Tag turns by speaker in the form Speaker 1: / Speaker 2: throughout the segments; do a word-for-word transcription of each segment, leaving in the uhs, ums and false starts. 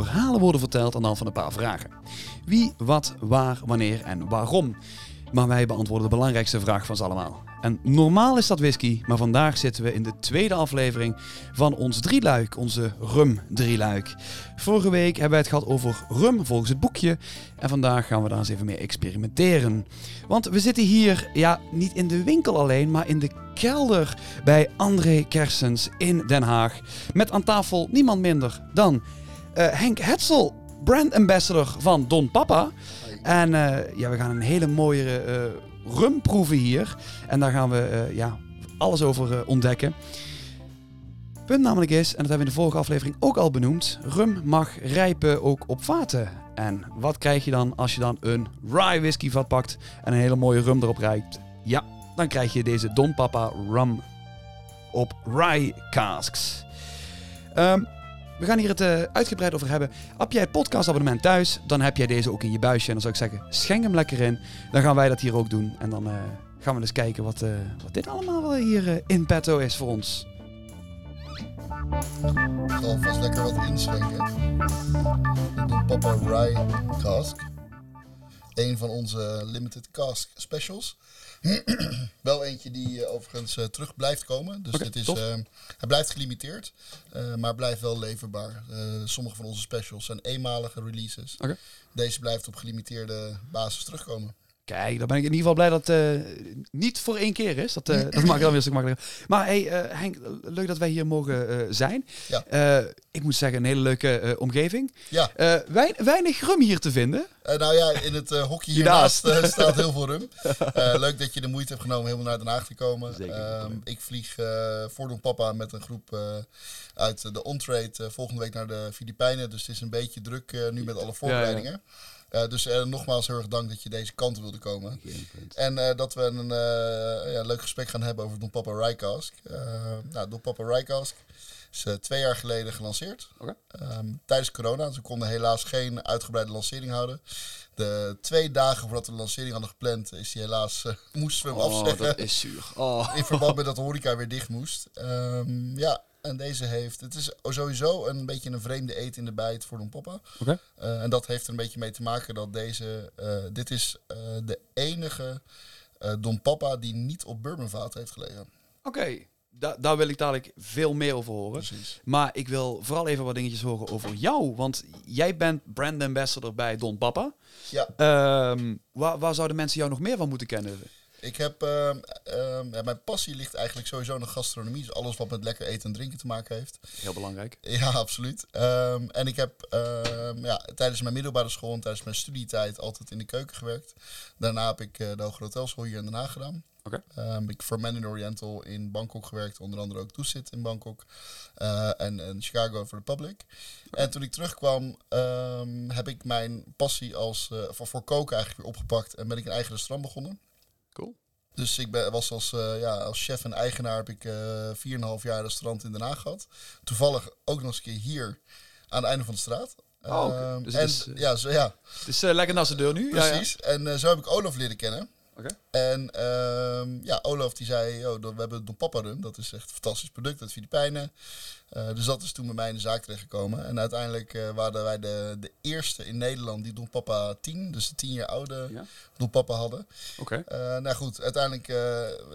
Speaker 1: verhalen worden verteld aan de hand van een paar vragen. Wie, wat, waar, wanneer en waarom. Maar wij beantwoorden de belangrijkste vraag van ze allemaal. En normaal is dat whisky, maar vandaag zitten we in de tweede aflevering van ons drieluik, onze rum-drieluik. Vorige week hebben wij het gehad over rum volgens het boekje. En vandaag gaan we daar eens even mee experimenteren. Want we zitten hier, ja, niet in de winkel alleen, maar in de kelder bij André Kerstens in Den Haag. Met aan tafel niemand minder dan uh, Henk Hetzel, brand ambassador van Don Papa. En uh, ja, we gaan een hele mooie uh, rum proeven hier. En daar gaan we uh, ja, alles over uh, ontdekken. Punt namelijk is, en dat hebben we in de vorige aflevering ook al benoemd, rum mag rijpen ook op vaten. En wat krijg je dan als je dan een rye whisky vat pakt en een hele mooie rum erop rijpt? Ja, dan krijg je deze Don Papa rum op rye casks. Um, We gaan hier het uh, uitgebreid over hebben. Heb jij het podcastabonnement thuis, dan heb jij deze ook in je buisje. En dan zou ik zeggen, schenk hem lekker in. Dan gaan wij dat hier ook doen. En dan uh, gaan we eens kijken wat, uh, wat dit allemaal wel hier uh, in petto is voor ons.
Speaker 2: Ik zal alvast lekker wat inschenken. De Don Papa Rye Cask. Een van onze limited cask specials. Wel eentje die uh, overigens uh, terug blijft komen. Dus
Speaker 1: okay,
Speaker 2: dit is,
Speaker 1: uh,
Speaker 2: hij blijft gelimiteerd, uh, maar blijft wel leverbaar. Uh, sommige van onze specials zijn eenmalige releases.
Speaker 1: Okay.
Speaker 2: Deze blijft op gelimiteerde basis terugkomen.
Speaker 1: Kijk, dan ben ik in ieder geval blij dat het uh, niet voor één keer is. Dat, uh, dat maakt het dan weer een stuk makkelijker. Maar hey, uh, Henk, leuk dat wij hier mogen uh, zijn.
Speaker 2: Ja.
Speaker 1: Uh, ik moet zeggen, een hele leuke uh, omgeving.
Speaker 2: Ja.
Speaker 1: Uh, wein, weinig rum hier te vinden.
Speaker 2: Uh, nou ja, in het uh, hokje hiernaast uh, staat heel veel rum. Uh, leuk dat je de moeite hebt genomen helemaal naar Den Haag te komen.
Speaker 1: Zeker.
Speaker 2: Uh, ik vlieg uh, voor Don Papa met een groep uh, uit de on-trade uh, volgende week naar de Filipijnen. Dus het is een beetje druk uh, nu met alle voorbereidingen. Ja, ja. Uh, dus uh, nogmaals heel erg dank dat je deze kant wilde komen. En uh, dat we een uh, ja, leuk gesprek gaan hebben over Don Papa Rye Cask. Uh, nou, Don Papa Rye Cask is uh, twee jaar geleden gelanceerd. Okay. Um, tijdens corona. Dus we konden helaas geen uitgebreide lancering houden. De twee dagen voordat we de lancering hadden gepland, is die helaas, uh, moesten we hem
Speaker 1: oh,
Speaker 2: afzeggen.
Speaker 1: Dat is zuur. Oh.
Speaker 2: In verband met dat de horeca weer dicht moest. Um, ja. En deze heeft, het is sowieso een beetje een vreemde eet in de bijt voor Don Papa.
Speaker 1: Okay.
Speaker 2: Uh, en dat heeft er een beetje mee te maken dat deze, uh, dit is uh, de enige uh, Don Papa die niet op bourbonvaat heeft gelegen.
Speaker 1: Oké, okay. Da- daar wil ik dadelijk veel meer over horen.
Speaker 2: Precies.
Speaker 1: Maar ik wil vooral even wat dingetjes horen over jou. Want jij bent brand ambassador bij Don Papa.
Speaker 2: Ja.
Speaker 1: Um, waar, waar zouden mensen jou nog meer van moeten kennen?
Speaker 2: Ik heb, uh, uh, ja, mijn passie ligt eigenlijk sowieso in de gastronomie. Dus alles wat met lekker eten en drinken te maken heeft.
Speaker 1: Heel belangrijk.
Speaker 2: Ja, absoluut. Um, en ik heb uh, ja, tijdens mijn middelbare school en tijdens mijn studietijd altijd in de keuken gewerkt. Daarna heb ik uh, de Hoge Hotelschool hier in Den Haag gedaan.
Speaker 1: Okay.
Speaker 2: Um, ik heb voor Mandarin Oriental in Bangkok gewerkt. Onder andere ook Dusit in Bangkok. Uh, en, en Chicago for the Public. Okay. En toen ik terugkwam, um, heb ik mijn passie als, uh, voor, voor koken eigenlijk weer opgepakt. En ben ik een eigen restaurant begonnen.
Speaker 1: Cool.
Speaker 2: Dus ik ben, was als, uh, ja, als chef en eigenaar heb ik vier en een half jaar een restaurant in Den Haag gehad. Toevallig ook nog eens een keer hier aan het einde van de straat.
Speaker 1: Oh, okay.
Speaker 2: uh,
Speaker 1: dus
Speaker 2: en,
Speaker 1: het is, uh,
Speaker 2: ja, zo, ja.
Speaker 1: Het is uh, lekker naast de deur nu.
Speaker 2: Precies. Ja, ja. En uh, zo heb ik Olaf leren kennen.
Speaker 1: Okay.
Speaker 2: En uh, ja, Olaf die zei, oh, we hebben Don Papa rum. Dat is echt een fantastisch product uit de Filipijnen. Uh, dus dat is toen bij mij in de zaak terechtgekomen. En uiteindelijk uh, waren wij de, de eerste in Nederland die Don Papa tien, dus de tien jaar oude ja. Don Papa hadden.
Speaker 1: Oké.
Speaker 2: Okay. Uh, nou goed, uiteindelijk uh,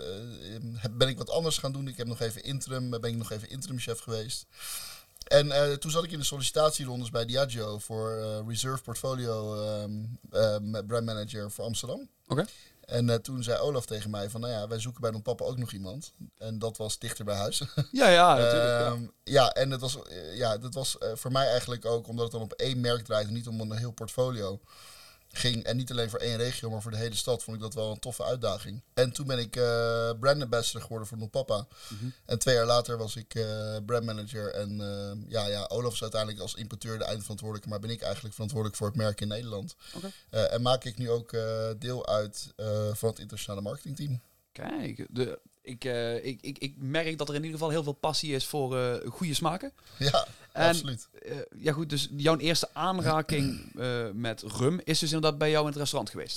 Speaker 2: uh, ben ik wat anders gaan doen. Ik heb nog even interim, ben ik nog even interim chef geweest. En uh, toen zat ik in de sollicitatierondes bij Diageo voor uh, Reserve Portfolio um, uh, brand manager voor Amsterdam.
Speaker 1: Oké. Okay.
Speaker 2: En uh, toen zei Olaf tegen mij van, nou ja, wij zoeken bij Don Papa ook nog iemand. En dat was dichter bij huis.
Speaker 1: Ja, ja, natuurlijk.
Speaker 2: uh, ja. ja, en dat was, uh, ja, dat was uh, voor mij eigenlijk ook, omdat het dan op één merk draait en niet om een heel portfolio ging. En niet alleen voor één regio, maar voor de hele stad vond ik dat wel een toffe uitdaging. En toen ben ik uh, brand ambassador geworden voor Don Papa. Mm-hmm. En twee jaar later was ik uh, brand manager. En uh, ja, ja, Olaf is uiteindelijk als importeur de eindverantwoordelijke, maar ben ik eigenlijk verantwoordelijk voor het merk in Nederland. Okay. Uh, en maak ik nu ook uh, deel uit uh, van het internationale marketingteam.
Speaker 1: Kijk, de, ik, uh, ik, ik, ik merk dat er in ieder geval heel veel passie is voor uh, goede smaken.
Speaker 2: Ja, en, absoluut.
Speaker 1: Uh, ja goed, dus jouw eerste aanraking uh, met rum is dus inderdaad bij jou in het restaurant geweest?
Speaker 2: Ja,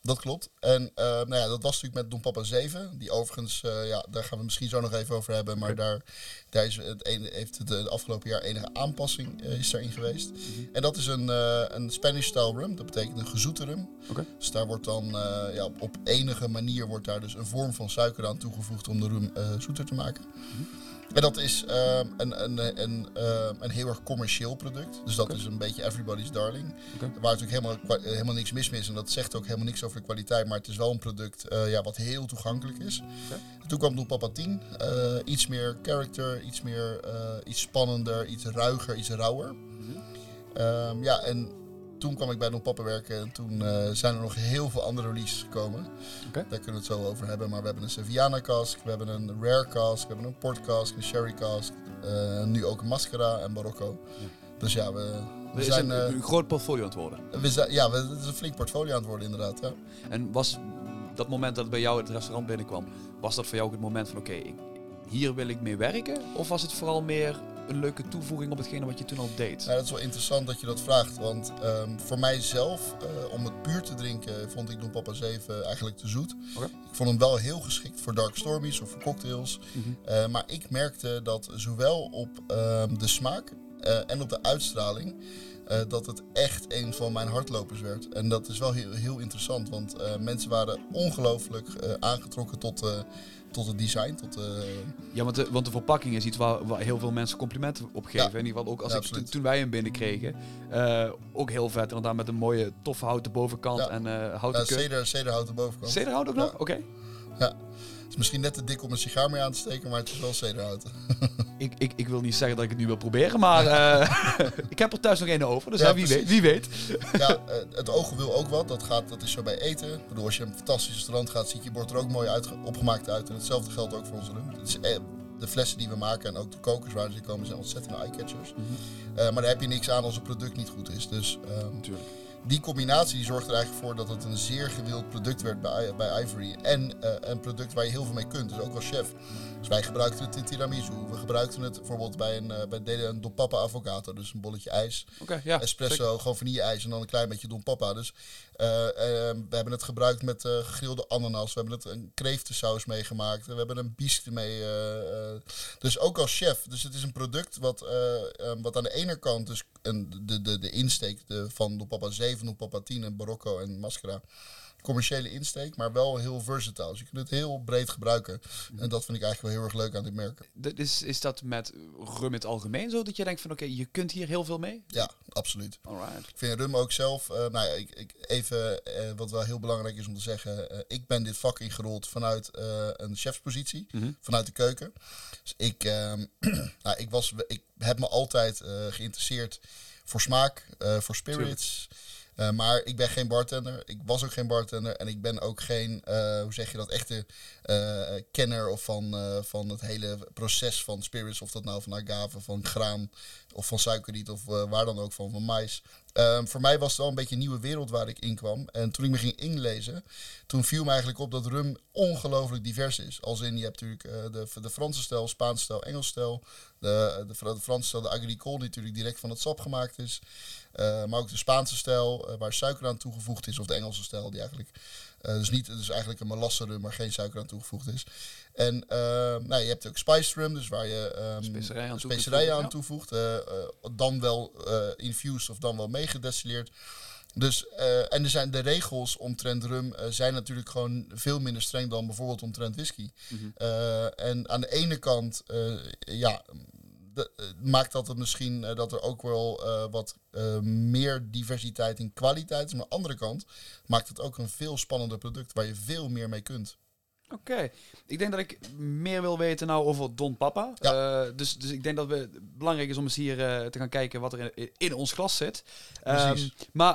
Speaker 2: Dat klopt. En uh, nou ja, dat was natuurlijk met Don Papa zeven. Die overigens, uh, ja, daar gaan we misschien zo nog even over hebben. Maar daar, daar is het een, heeft het de afgelopen jaar enige aanpassing uh, is daarin geweest. Mm-hmm. En dat is een, uh, een Spanish-style rum. Dat betekent een gezoete rum. Okay. Dus daar wordt dan uh, ja, op, op enige manier wordt daar dus een vorm van suiker aan toegevoegd om de rum uh, zoeter te maken. Mm-hmm. En dat is uh, een, een, een, uh, een heel erg commercieel product. Dus dat okay. is een beetje everybody's darling. Okay. Waar natuurlijk helemaal, helemaal niks mis mee is. En dat zegt ook helemaal niks over de kwaliteit. Maar het is wel een product uh, ja, wat heel toegankelijk is. Okay. Toen kwam Don Papa tien. Uh, iets meer character, iets, meer, uh, iets spannender, iets ruiger, iets rauwer. Mm-hmm. Um, ja, en toen kwam ik bij Don Papa werken en toen uh, zijn er nog heel veel andere releases gekomen. Okay. Daar kunnen we het zo over hebben. Maar we hebben een Sevillana cask, we hebben een Rare cask, we hebben een Port cask, een Sherry cask. Uh, nu ook een Mascara en Barocco. Ja. Dus ja, we, we
Speaker 1: is
Speaker 2: zijn...
Speaker 1: Een,
Speaker 2: uh,
Speaker 1: een groot portfolio aan het worden.
Speaker 2: We zijn, ja, we, het is een flink portfolio aan het worden inderdaad. Ja.
Speaker 1: En was dat moment dat bij jou het restaurant binnenkwam, was dat voor jou ook het moment van oké, okay, hier wil ik mee werken? Of was het vooral meer een leuke toevoeging op hetgene wat je toen al deed?
Speaker 2: Ja, dat is wel interessant dat je dat vraagt. Want um, voor mijzelf, uh, om het puur te drinken, vond ik Don Papa zeven eigenlijk te zoet. Okay. Ik vond hem wel heel geschikt voor dark stormies of voor cocktails. Mm-hmm. Uh, maar ik merkte dat zowel op um, de smaak uh, en op de uitstraling, Uh, dat het echt een van mijn hardlopers werd. En dat is wel heel, heel interessant, want uh, mensen waren ongelooflijk uh, aangetrokken tot, uh, tot het design. Tot, uh...
Speaker 1: Ja, want de, want de verpakking is iets waar, waar heel veel mensen complimenten op geven. Ja. In ieder geval ook als ja, ik to, toen wij hem binnenkregen. Uh, ook heel vet. En dan met een mooie toffe houten bovenkant ja. en uh, houten
Speaker 2: ja, ceder, cederhouten bovenkant.
Speaker 1: Cederhout ook nog?
Speaker 2: Ja.
Speaker 1: Oké. Okay.
Speaker 2: Ja. Het is misschien net te dik om een sigaar mee aan te steken, maar het is wel cederhouten.
Speaker 1: ik, ik, ik wil niet zeggen dat ik het nu wil proberen, maar uh, ik heb er thuis nog één over, dus ja, wie, weet, wie weet.
Speaker 2: Ja, uh, het oog wil ook wat. Dat, gaat, dat is zo bij eten. Ik bedoel, als je een fantastisch restaurant gaat, ziet je bord er ook mooi uit, opgemaakt uit. En hetzelfde geldt ook voor onze rum. Het is, uh, de flessen die we maken en ook de kokers waar ze komen zijn ontzettende eye-catchers. Mm-hmm. Uh, maar daar heb je niks aan als het product niet goed is. Dus, um, Natuurlijk. Die combinatie die zorgt er eigenlijk voor dat het een zeer gewild product werd bij, bij Ivory. En uh, een product waar je heel veel mee kunt, dus ook als chef. Dus wij gebruikten het in tiramisu. We gebruikten het bijvoorbeeld bij een, uh, bij deden een Don Papa avocado. Dus een bolletje ijs,
Speaker 1: okay, ja,
Speaker 2: espresso, zeker. Gewoon vanille-ijs en dan een klein beetje Don Papa. Dus uh, uh, we hebben het gebruikt met uh, gegrilde ananas. We hebben het een kreeftensaus meegemaakt. We hebben een bisque mee. Uh, uh, dus ook als chef. Dus het is een product wat, uh, um, wat aan de ene kant dus een, de, de, de insteek de, van Don Papa zeven, Don Papa tien en Barocco en Mascara. Commerciële insteek, maar wel heel versatile. Dus je kunt het heel breed gebruiken. En dat vind ik eigenlijk wel heel erg leuk aan dit merk.
Speaker 1: Is, is dat met rum in het algemeen zo? Dat je denkt van oké, okay, je kunt hier heel veel mee?
Speaker 2: Ja, absoluut.
Speaker 1: Alright. Ik
Speaker 2: vind rum ook zelf... Uh, nou ja, ik, ik, even uh, wat wel heel belangrijk is om te zeggen. Uh, ik ben dit vak ingerold vanuit uh, een chefspositie. Mm-hmm. Vanuit de keuken. Dus ik, uh, nou, ik, was, ik heb me altijd uh, geïnteresseerd voor smaak, uh, voor spirits... Tuurlijk. Uh, maar ik ben geen bartender. Ik was ook geen bartender. En ik ben ook geen, uh, hoe zeg je dat, echte uh, kenner of van, uh, van het hele proces van spirits. Of dat nou van agave, van graan of van suikerriet of uh, waar dan ook van, van mais. Uh, voor mij was het wel een beetje een nieuwe wereld waar ik in kwam. En toen ik me ging inlezen, toen viel me eigenlijk op dat rum ongelooflijk divers is. Als in, je hebt natuurlijk uh, de, de Franse stijl, Spaanse stijl, Engelse stijl. De, de, de Franse stijl, de agricole, die natuurlijk direct van het sap gemaakt is. Uh, maar ook de Spaanse stijl, uh, waar suiker aan toegevoegd is. Of de Engelse stijl, die eigenlijk... Uh, dus niet, dus eigenlijk een melassenrum, maar geen suiker aan toegevoegd is. En uh, nou, je hebt ook spiced rum, dus waar je um,
Speaker 1: specerijen aan,
Speaker 2: specerijen aan toevoegt. Uh, uh, dan wel uh, infused of dan wel meegedestilleerd. Dus, uh, en er zijn de regels omtrent rum uh, zijn natuurlijk gewoon veel minder streng dan bijvoorbeeld omtrent whisky. Mm-hmm. Uh, en aan de ene kant, uh, ja... De, uh, maakt dat het misschien uh, dat er ook wel uh, wat uh, meer diversiteit in kwaliteit is. Maar aan de andere kant maakt het ook een veel spannender product waar je veel meer mee kunt.
Speaker 1: Oké, okay. Ik denk dat ik meer wil weten nou over Don Papa. Ja. Uh, dus, dus ik denk dat het belangrijk is om eens hier uh, te gaan kijken wat er in, in ons glas zit. Um, maar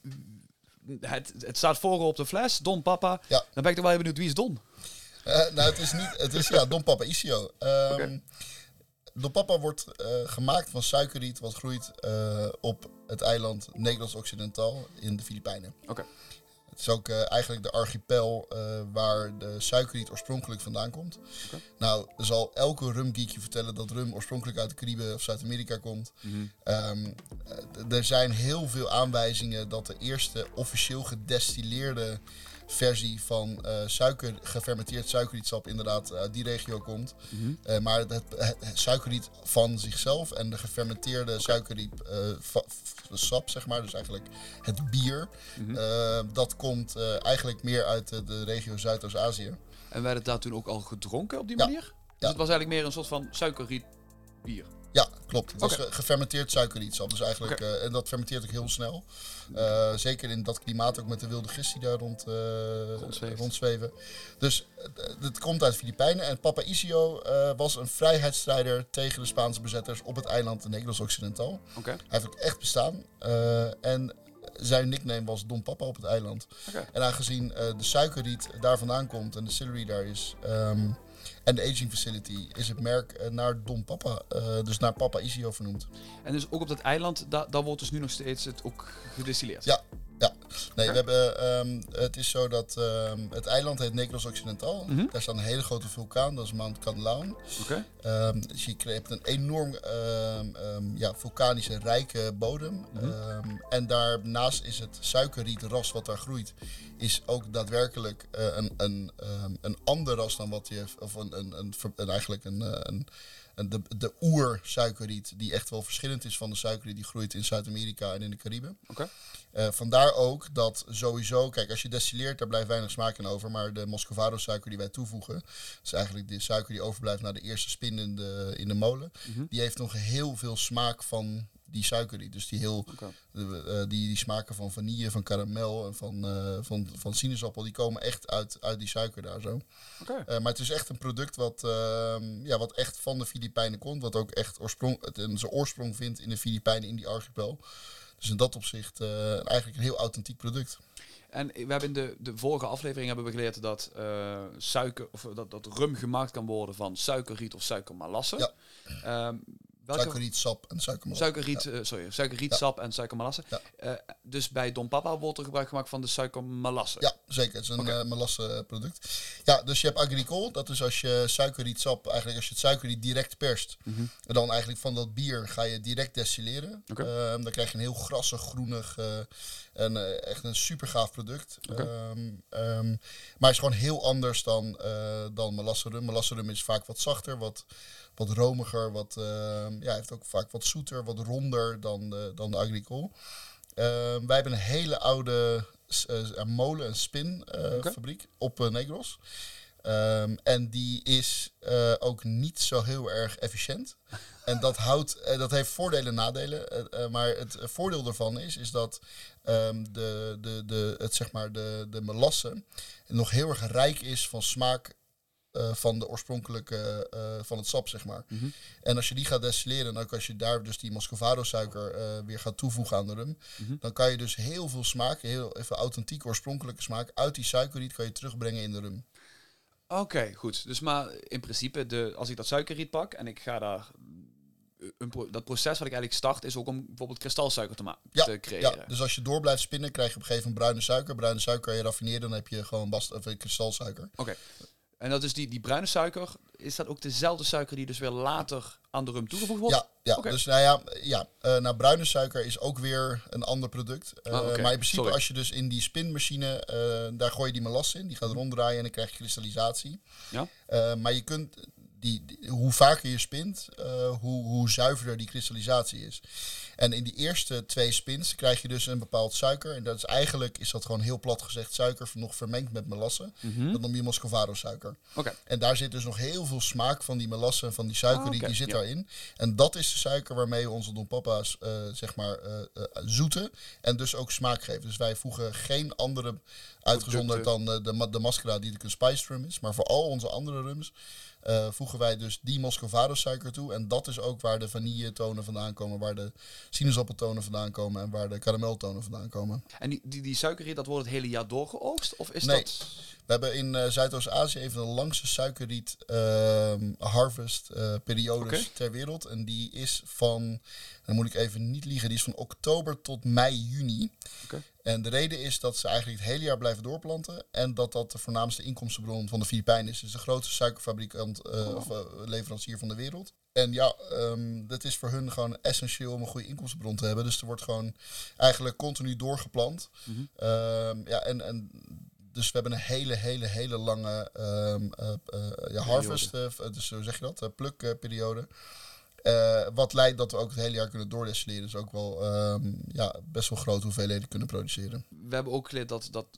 Speaker 1: het, het staat voor op de fles, Don Papa. Ja. Dan ben ik toch wel even benieuwd, wie is Don?
Speaker 2: Uh, nou, het is niet, het is ja, Don Papa Isio. Um, okay. Don Papa wordt uh, gemaakt van suikerriet wat groeit uh, op het eiland Negros Occidental in de Filipijnen.
Speaker 1: Oké. Okay.
Speaker 2: Het is ook uh, eigenlijk de archipel uh, waar de suikerriet oorspronkelijk vandaan komt. Okay. Nou, er zal elke rumgeek je vertellen dat rum oorspronkelijk uit de Cariben of Zuid-Amerika komt. Mm-hmm. Um, uh, er zijn heel veel aanwijzingen dat de eerste officieel gedestilleerde versie van uh, suiker, gefermenteerd suikerrietsap inderdaad uit die regio komt. Mm-hmm. Uh, maar het, het, het suikerriet van zichzelf en de gefermenteerde okay. suikerrietsap, uh, zeg maar, dus eigenlijk het bier, mm-hmm. uh, dat komt uh, eigenlijk meer uit de, de regio Zuidoost-Azië.
Speaker 1: En werd het daar toen ook al gedronken op die manier? Ja. Dus ja. het was eigenlijk meer een soort van suikerriet bier?
Speaker 2: Ja, klopt. Het okay. was gefermenteerd suikerrietsap. Dus eigenlijk, okay. uh, en dat fermenteert ook heel snel. Uh, zeker in dat klimaat ook met de wilde gist die daar rond, uh, rondzweven. Dus uh, het komt uit de Filipijnen. En Papa Isio uh, was een vrijheidsstrijder tegen de Spaanse bezetters op het eiland de Negros Occidental. Okay. Hij heeft ook echt bestaan. Uh, en zijn nickname was Don Papa op het eiland. Okay. En aangezien uh, de suikerriet daar vandaan komt en de distillery daar is... Um, en de aging facility is het merk uh, naar Don Papa, uh, dus naar Papa Isio vernoemd.
Speaker 1: En dus ook op dat eiland, da- daar wordt dus nu nog steeds het ook gedistilleerd?
Speaker 2: Ja, ja. Nee, okay. we hebben, um, het is zo dat um, het eiland heet Negros Occidental. Mm-hmm. Daar staat een hele grote vulkaan, dat is Mount Canlaon. Okay. Um, dus je hebt een enorm um, um, ja, vulkanische rijke bodem. Mm-hmm. Um, en daarnaast is het suikerrietras wat daar groeit, is ook daadwerkelijk uh, een, een, um, een ander ras dan wat je, of een, een, een, een eigenlijk een, een, een de, de oer-suikerriet, die echt wel verschillend is van de suikerriet die groeit in Zuid-Amerika en in de Cariben. Okay. Uh, vandaar ook dat sowieso, kijk, als je destilleert, daar blijft weinig smaak in over, maar de Moscovado suiker die wij toevoegen, is eigenlijk de suiker die overblijft na de eerste spin in de, in de molen, mm-hmm. die heeft nog heel veel smaak van die suikerriet. Dus die, heel, okay. uh, die, die smaken van vanille, van karamel en van, uh, van, van sinaasappel, die komen echt uit, uit die suiker daar zo. Okay. Uh, maar het is echt een product wat, uh, ja, wat echt van de Filipijnen komt, wat ook echt oorsprong, het, zijn oorsprong vindt in de Filipijnen, in die archipel. Dus in dat opzicht uh, eigenlijk een heel authentiek product.
Speaker 1: En we hebben in de, de vorige aflevering hebben we geleerd dat uh, suiker of dat, dat rum gemaakt kan worden van suikerriet of suikermalasse.
Speaker 2: Ja. Um, Welke? Suikerrietsap en suikermalasse.
Speaker 1: Suikerriet, ja. uh, sorry, suikerrietsap ja. en suikermalasse. Ja. Uh, dus bij Don Papa wordt er gebruik gemaakt van de suikermalasse.
Speaker 2: Ja, zeker. Het is een okay. uh, melasse product. Ja, dus je hebt agricole. Dat is als je suikerrietsap, eigenlijk als je het suikerriet direct perst. Mm-hmm. En dan eigenlijk van dat bier ga je direct destilleren. Okay. Uh, dan krijg je een heel grassig, groenig uh, en uh, echt een super gaaf product. Okay. Um, um, maar het is gewoon heel anders dan, uh, dan melasse rum. Melasse rum is vaak wat zachter, wat... Wat romiger, wat, uh, ja, heeft ook vaak wat zoeter, wat ronder dan de, dan de agricole. Uh, wij hebben een hele oude uh, molen- en spinfabriek uh, okay. op uh, Negros. Um, en die is uh, ook niet zo heel erg efficiënt. En dat, houdt, uh, dat heeft voordelen en nadelen. Uh, uh, maar het uh, voordeel daarvan is, is dat um, de, de, de, het, zeg maar de, de melasse nog heel erg rijk is van smaak. Uh, van de oorspronkelijke, uh, van het sap, zeg maar. Mm-hmm. En als je die gaat destilleren, en ook als je daar dus die Moscovado suiker uh, weer gaat toevoegen aan de rum, mm-hmm. dan kan je dus heel veel smaak, heel even authentieke oorspronkelijke smaak, uit die suikerriet kan je terugbrengen in de rum.
Speaker 1: Oké, okay, goed. Dus maar in principe, de, als ik dat suikerriet pak en ik ga daar... Een pro- dat proces wat ik eigenlijk start is ook om bijvoorbeeld kristalsuiker te, ma-
Speaker 2: ja,
Speaker 1: te creëren.
Speaker 2: Ja, dus als je door blijft spinnen, krijg je op een gegeven moment bruine suiker. Bruine suiker kan je raffineren, dan heb je gewoon bast- of kristalsuiker.
Speaker 1: Oké. Okay. En dat is die, die bruine suiker, is dat ook dezelfde suiker die dus weer later aan de rum toegevoegd wordt?
Speaker 2: Ja, ja. Okay. Dus nou ja, ja uh, nou, bruine suiker is ook weer een ander product. Uh, oh, okay. Maar in principe Sorry. als je dus in die spinmachine, uh, daar gooi je die melasse in, die gaat ronddraaien en dan krijg je kristallisatie. Ja. Uh, maar je kunt, die, die, hoe vaker je spint, uh, hoe, hoe zuiverder die kristallisatie is. En in die eerste twee spins krijg je dus een bepaald suiker. En dat is eigenlijk, is dat gewoon heel plat gezegd, suiker nog vermengd met melasse. Mm-hmm. Dat noem je Moscovado suiker. Okay. En daar zit dus nog heel veel smaak van die melasse en van die suiker, oh, okay. die, die zit ja. daarin. En dat is de suiker waarmee we onze Don Papa's uh, zeg maar uh, uh, zoeten en dus ook smaak geven. Dus wij voegen geen andere, uitgezonderd dan uh, de, de Mascara die een spiced rum is. Maar voor al onze andere rums Uh, voegen wij dus die Moscovado suiker toe. En dat is ook waar de vanilletonen vandaan komen, waar de sinaasappeltonen vandaan komen en waar de karameltonen vandaan komen.
Speaker 1: En die, die, die suikerriet, dat wordt het hele jaar door geoogst? Of is
Speaker 2: nee.
Speaker 1: dat...
Speaker 2: We hebben in uh, Zuidoost-Azië even de langste suikerriet uh, harvest uh, periodes okay. ter wereld. En die is van, dan moet ik even niet liegen, die is van oktober tot mei, juni. Okay. En de reden is dat ze eigenlijk het hele jaar blijven doorplanten. En dat dat de voornaamste inkomstenbron van de Filipijnen is. Dus de grootste suikerfabrikant uh, oh. of uh, leverancier van de wereld. En ja, um, dat is voor hun gewoon essentieel om een goede inkomstenbron te hebben. Dus er wordt gewoon eigenlijk continu doorgeplant. Mm-hmm. Um, ja, en... en dus we hebben een hele, hele, hele lange um, uh, uh, ja, harvest, uh, dus zo zeg je dat, uh, plukperiode. Uh, wat leidt dat we ook het hele jaar kunnen doordestilleren. Dus ook wel um, ja, best wel grote hoeveelheden kunnen produceren.
Speaker 1: We hebben ook geleerd dat, dat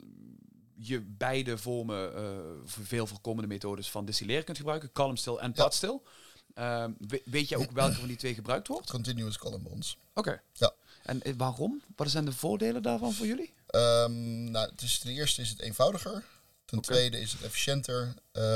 Speaker 1: je beide vormen, uh, veel voorkomende methodes van distilleren kunt gebruiken. Column still en pot still. Ja. Uh, weet je ook welke van die twee gebruikt wordt?
Speaker 2: Continuous column bonds.
Speaker 1: Oké. Okay.
Speaker 2: Ja.
Speaker 1: En uh, waarom? Wat zijn de voordelen daarvan voor jullie?
Speaker 2: Um, nou, dus ten eerste is het eenvoudiger. Ten okay. tweede is het efficiënter.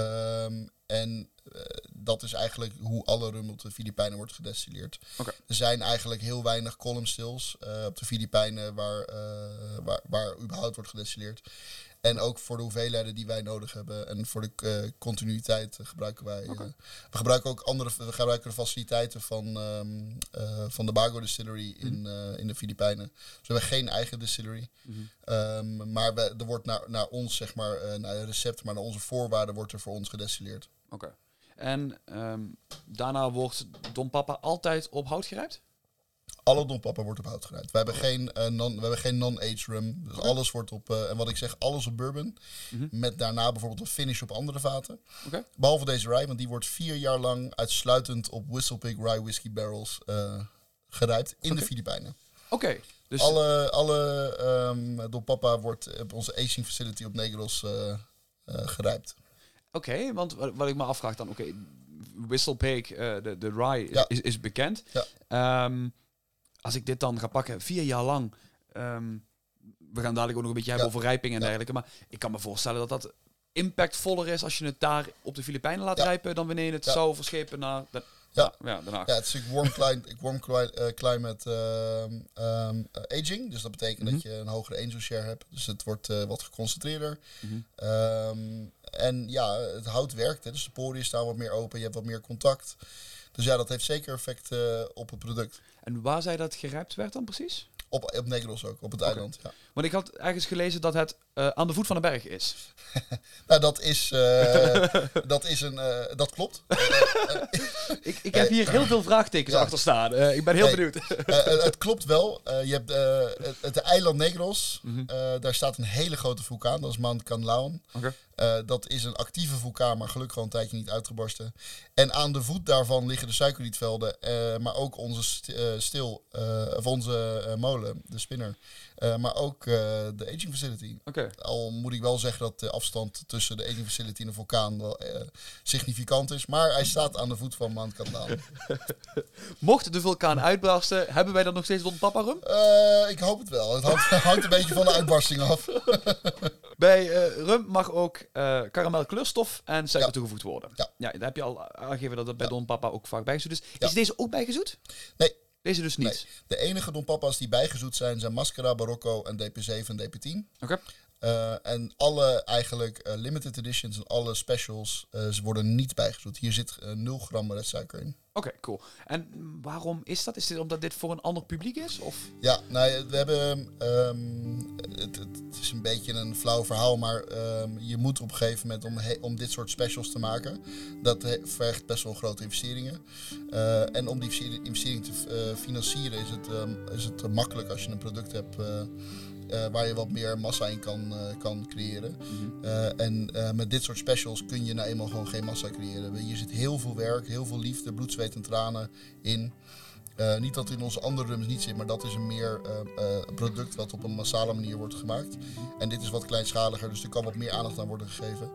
Speaker 2: Um, en uh, dat is eigenlijk hoe alle rum op de Filipijnen wordt gedestilleerd. Okay. Er zijn eigenlijk heel weinig column stills uh, op de Filipijnen waar, uh, waar, waar überhaupt wordt gedestilleerd. En ook voor de hoeveelheden die wij nodig hebben en voor de uh, continuïteit uh, gebruiken wij. Okay. Uh, we gebruiken ook andere, we gebruiken de faciliteiten van, um, uh, van de Bago Distillery in, mm-hmm. uh, in de Filipijnen. Dus we hebben geen eigen distillery. Mm-hmm. Um, maar we, er wordt naar, naar ons, zeg maar, uh, naar het recept, maar naar onze voorwaarden wordt er voor ons gedestilleerd.
Speaker 1: Oké. Okay. En um, daarna wordt Don Papa altijd op hout gerijpt?
Speaker 2: Alle Don Papa wordt op hout gerijpt. We hebben geen, uh, non, we hebben geen non-aged rum. Dus okay. alles wordt op, uh, en wat ik zeg, alles op bourbon. Mm-hmm. Met daarna bijvoorbeeld een finish op andere vaten. Okay. Behalve deze rye, want die wordt vier jaar lang uitsluitend op Whistlepig Rye Whiskey Barrels uh, gerijpt in okay. de Filipijnen.
Speaker 1: Oké. Okay.
Speaker 2: Dus alle alle um, Don Papa wordt op onze aging facility op Negros uh, uh, gerijpt.
Speaker 1: Oké, okay, want wat, wat ik me afvraag dan, oké, okay, Whistlepig, uh, de, de rye ja. is, is bekend. Ja. Um, Als ik dit dan ga pakken, vier jaar lang. Um, we gaan dadelijk ook nog een beetje ja. hebben over rijping en ja. dergelijke. Maar ik kan me voorstellen dat dat impactvoller is als je het daar op de Filipijnen laat ja. rijpen dan wanneer je het ja. zou verschepen naar de,
Speaker 2: ja.
Speaker 1: Ja, ja, Den Haag.
Speaker 2: Ja, het is een warm, cli- warm cli- uh, climate uh, um, uh, aging. Dus dat betekent mm-hmm. dat je een hogere angel share hebt. Dus het wordt uh, wat geconcentreerder. Mm-hmm. Um, en ja, het hout werkt. Hè, dus de poriën staan wat meer open. Je hebt wat meer contact. Dus ja, dat heeft zeker effect uh, op het product.
Speaker 1: En waar zei dat gerijpt werd dan precies?
Speaker 2: Op, op Negros ook, op het okay. eiland. Ja.
Speaker 1: Want ik had ergens gelezen dat het uh, aan de voet van de berg is.
Speaker 2: nou, dat is, uh, dat is een, uh, dat klopt.
Speaker 1: ik, ik heb hier heel veel vraagtekens ja. achter staan. Uh, ik ben heel nee, benieuwd.
Speaker 2: uh, het klopt wel. Uh, je hebt uh, het, het eiland Negros. Mm-hmm. Uh, daar staat een hele grote vulkaan. Dat is Mount Canlaon. Okay. Uh, dat is een actieve vulkaan, maar gelukkig al een tijdje niet uitgebarsten. En aan de voet daarvan liggen de suikerrietvvelden. Uh, maar ook onze st- uh, stil, uh, of onze uh, molen, de spinner. Uh, maar ook uh, de aging facility. Okay. Al moet ik wel zeggen dat de afstand tussen de aging facility en de vulkaan wel uh, significant is. Maar hij staat aan de voet van Mount Canlaon.
Speaker 1: Mocht de vulkaan uitbarsten, hebben wij dan nog steeds Don Papa rum?
Speaker 2: Uh, ik hoop het wel. Het hangt, hangt een beetje van de uitbarsting af.
Speaker 1: Bij uh, rum mag ook uh, karamelkleurstof en suiker ja. toegevoegd worden. Ja. Ja, daar heb je al aangegeven dat dat bij ja. Don Papa ook vaak bijgezoet is. Ja. Is deze ook bijgezoet?
Speaker 2: Nee.
Speaker 1: Deze dus niet?
Speaker 2: Nee. De enige Don Papa's die bijgezoet zijn, zijn Mascara, Barocco en D P zeven en D P tien.
Speaker 1: Oké. Okay.
Speaker 2: Uh, en alle eigenlijk uh, limited editions en alle specials uh, ze worden niet bijgezoet. Hier zit uh, nul gram restsuiker in.
Speaker 1: Oké, okay, cool. En waarom is dat? Is dit omdat dit voor een ander publiek is? Of?
Speaker 2: Ja, nou, we hebben... Um, het, het is een beetje een flauw verhaal, maar um, je moet op een gegeven moment om, he, om dit soort specials te maken. Dat he, vergt best wel grote investeringen. Uh, en om die investering te uh, financieren is het, um, is het uh, makkelijk als je een product hebt... Uh, Uh, waar je wat meer massa in kan, uh, kan creëren. Mm-hmm. Uh, en uh, met dit soort specials kun je nou eenmaal gewoon geen massa creëren. Hier zit heel veel werk, heel veel liefde, bloed, zweet en tranen in. Uh, niet dat het in onze andere rums niet zit, maar dat is een meer uh, uh, product wat op een massale manier wordt gemaakt. En dit is wat kleinschaliger, dus er kan wat meer aandacht aan worden gegeven.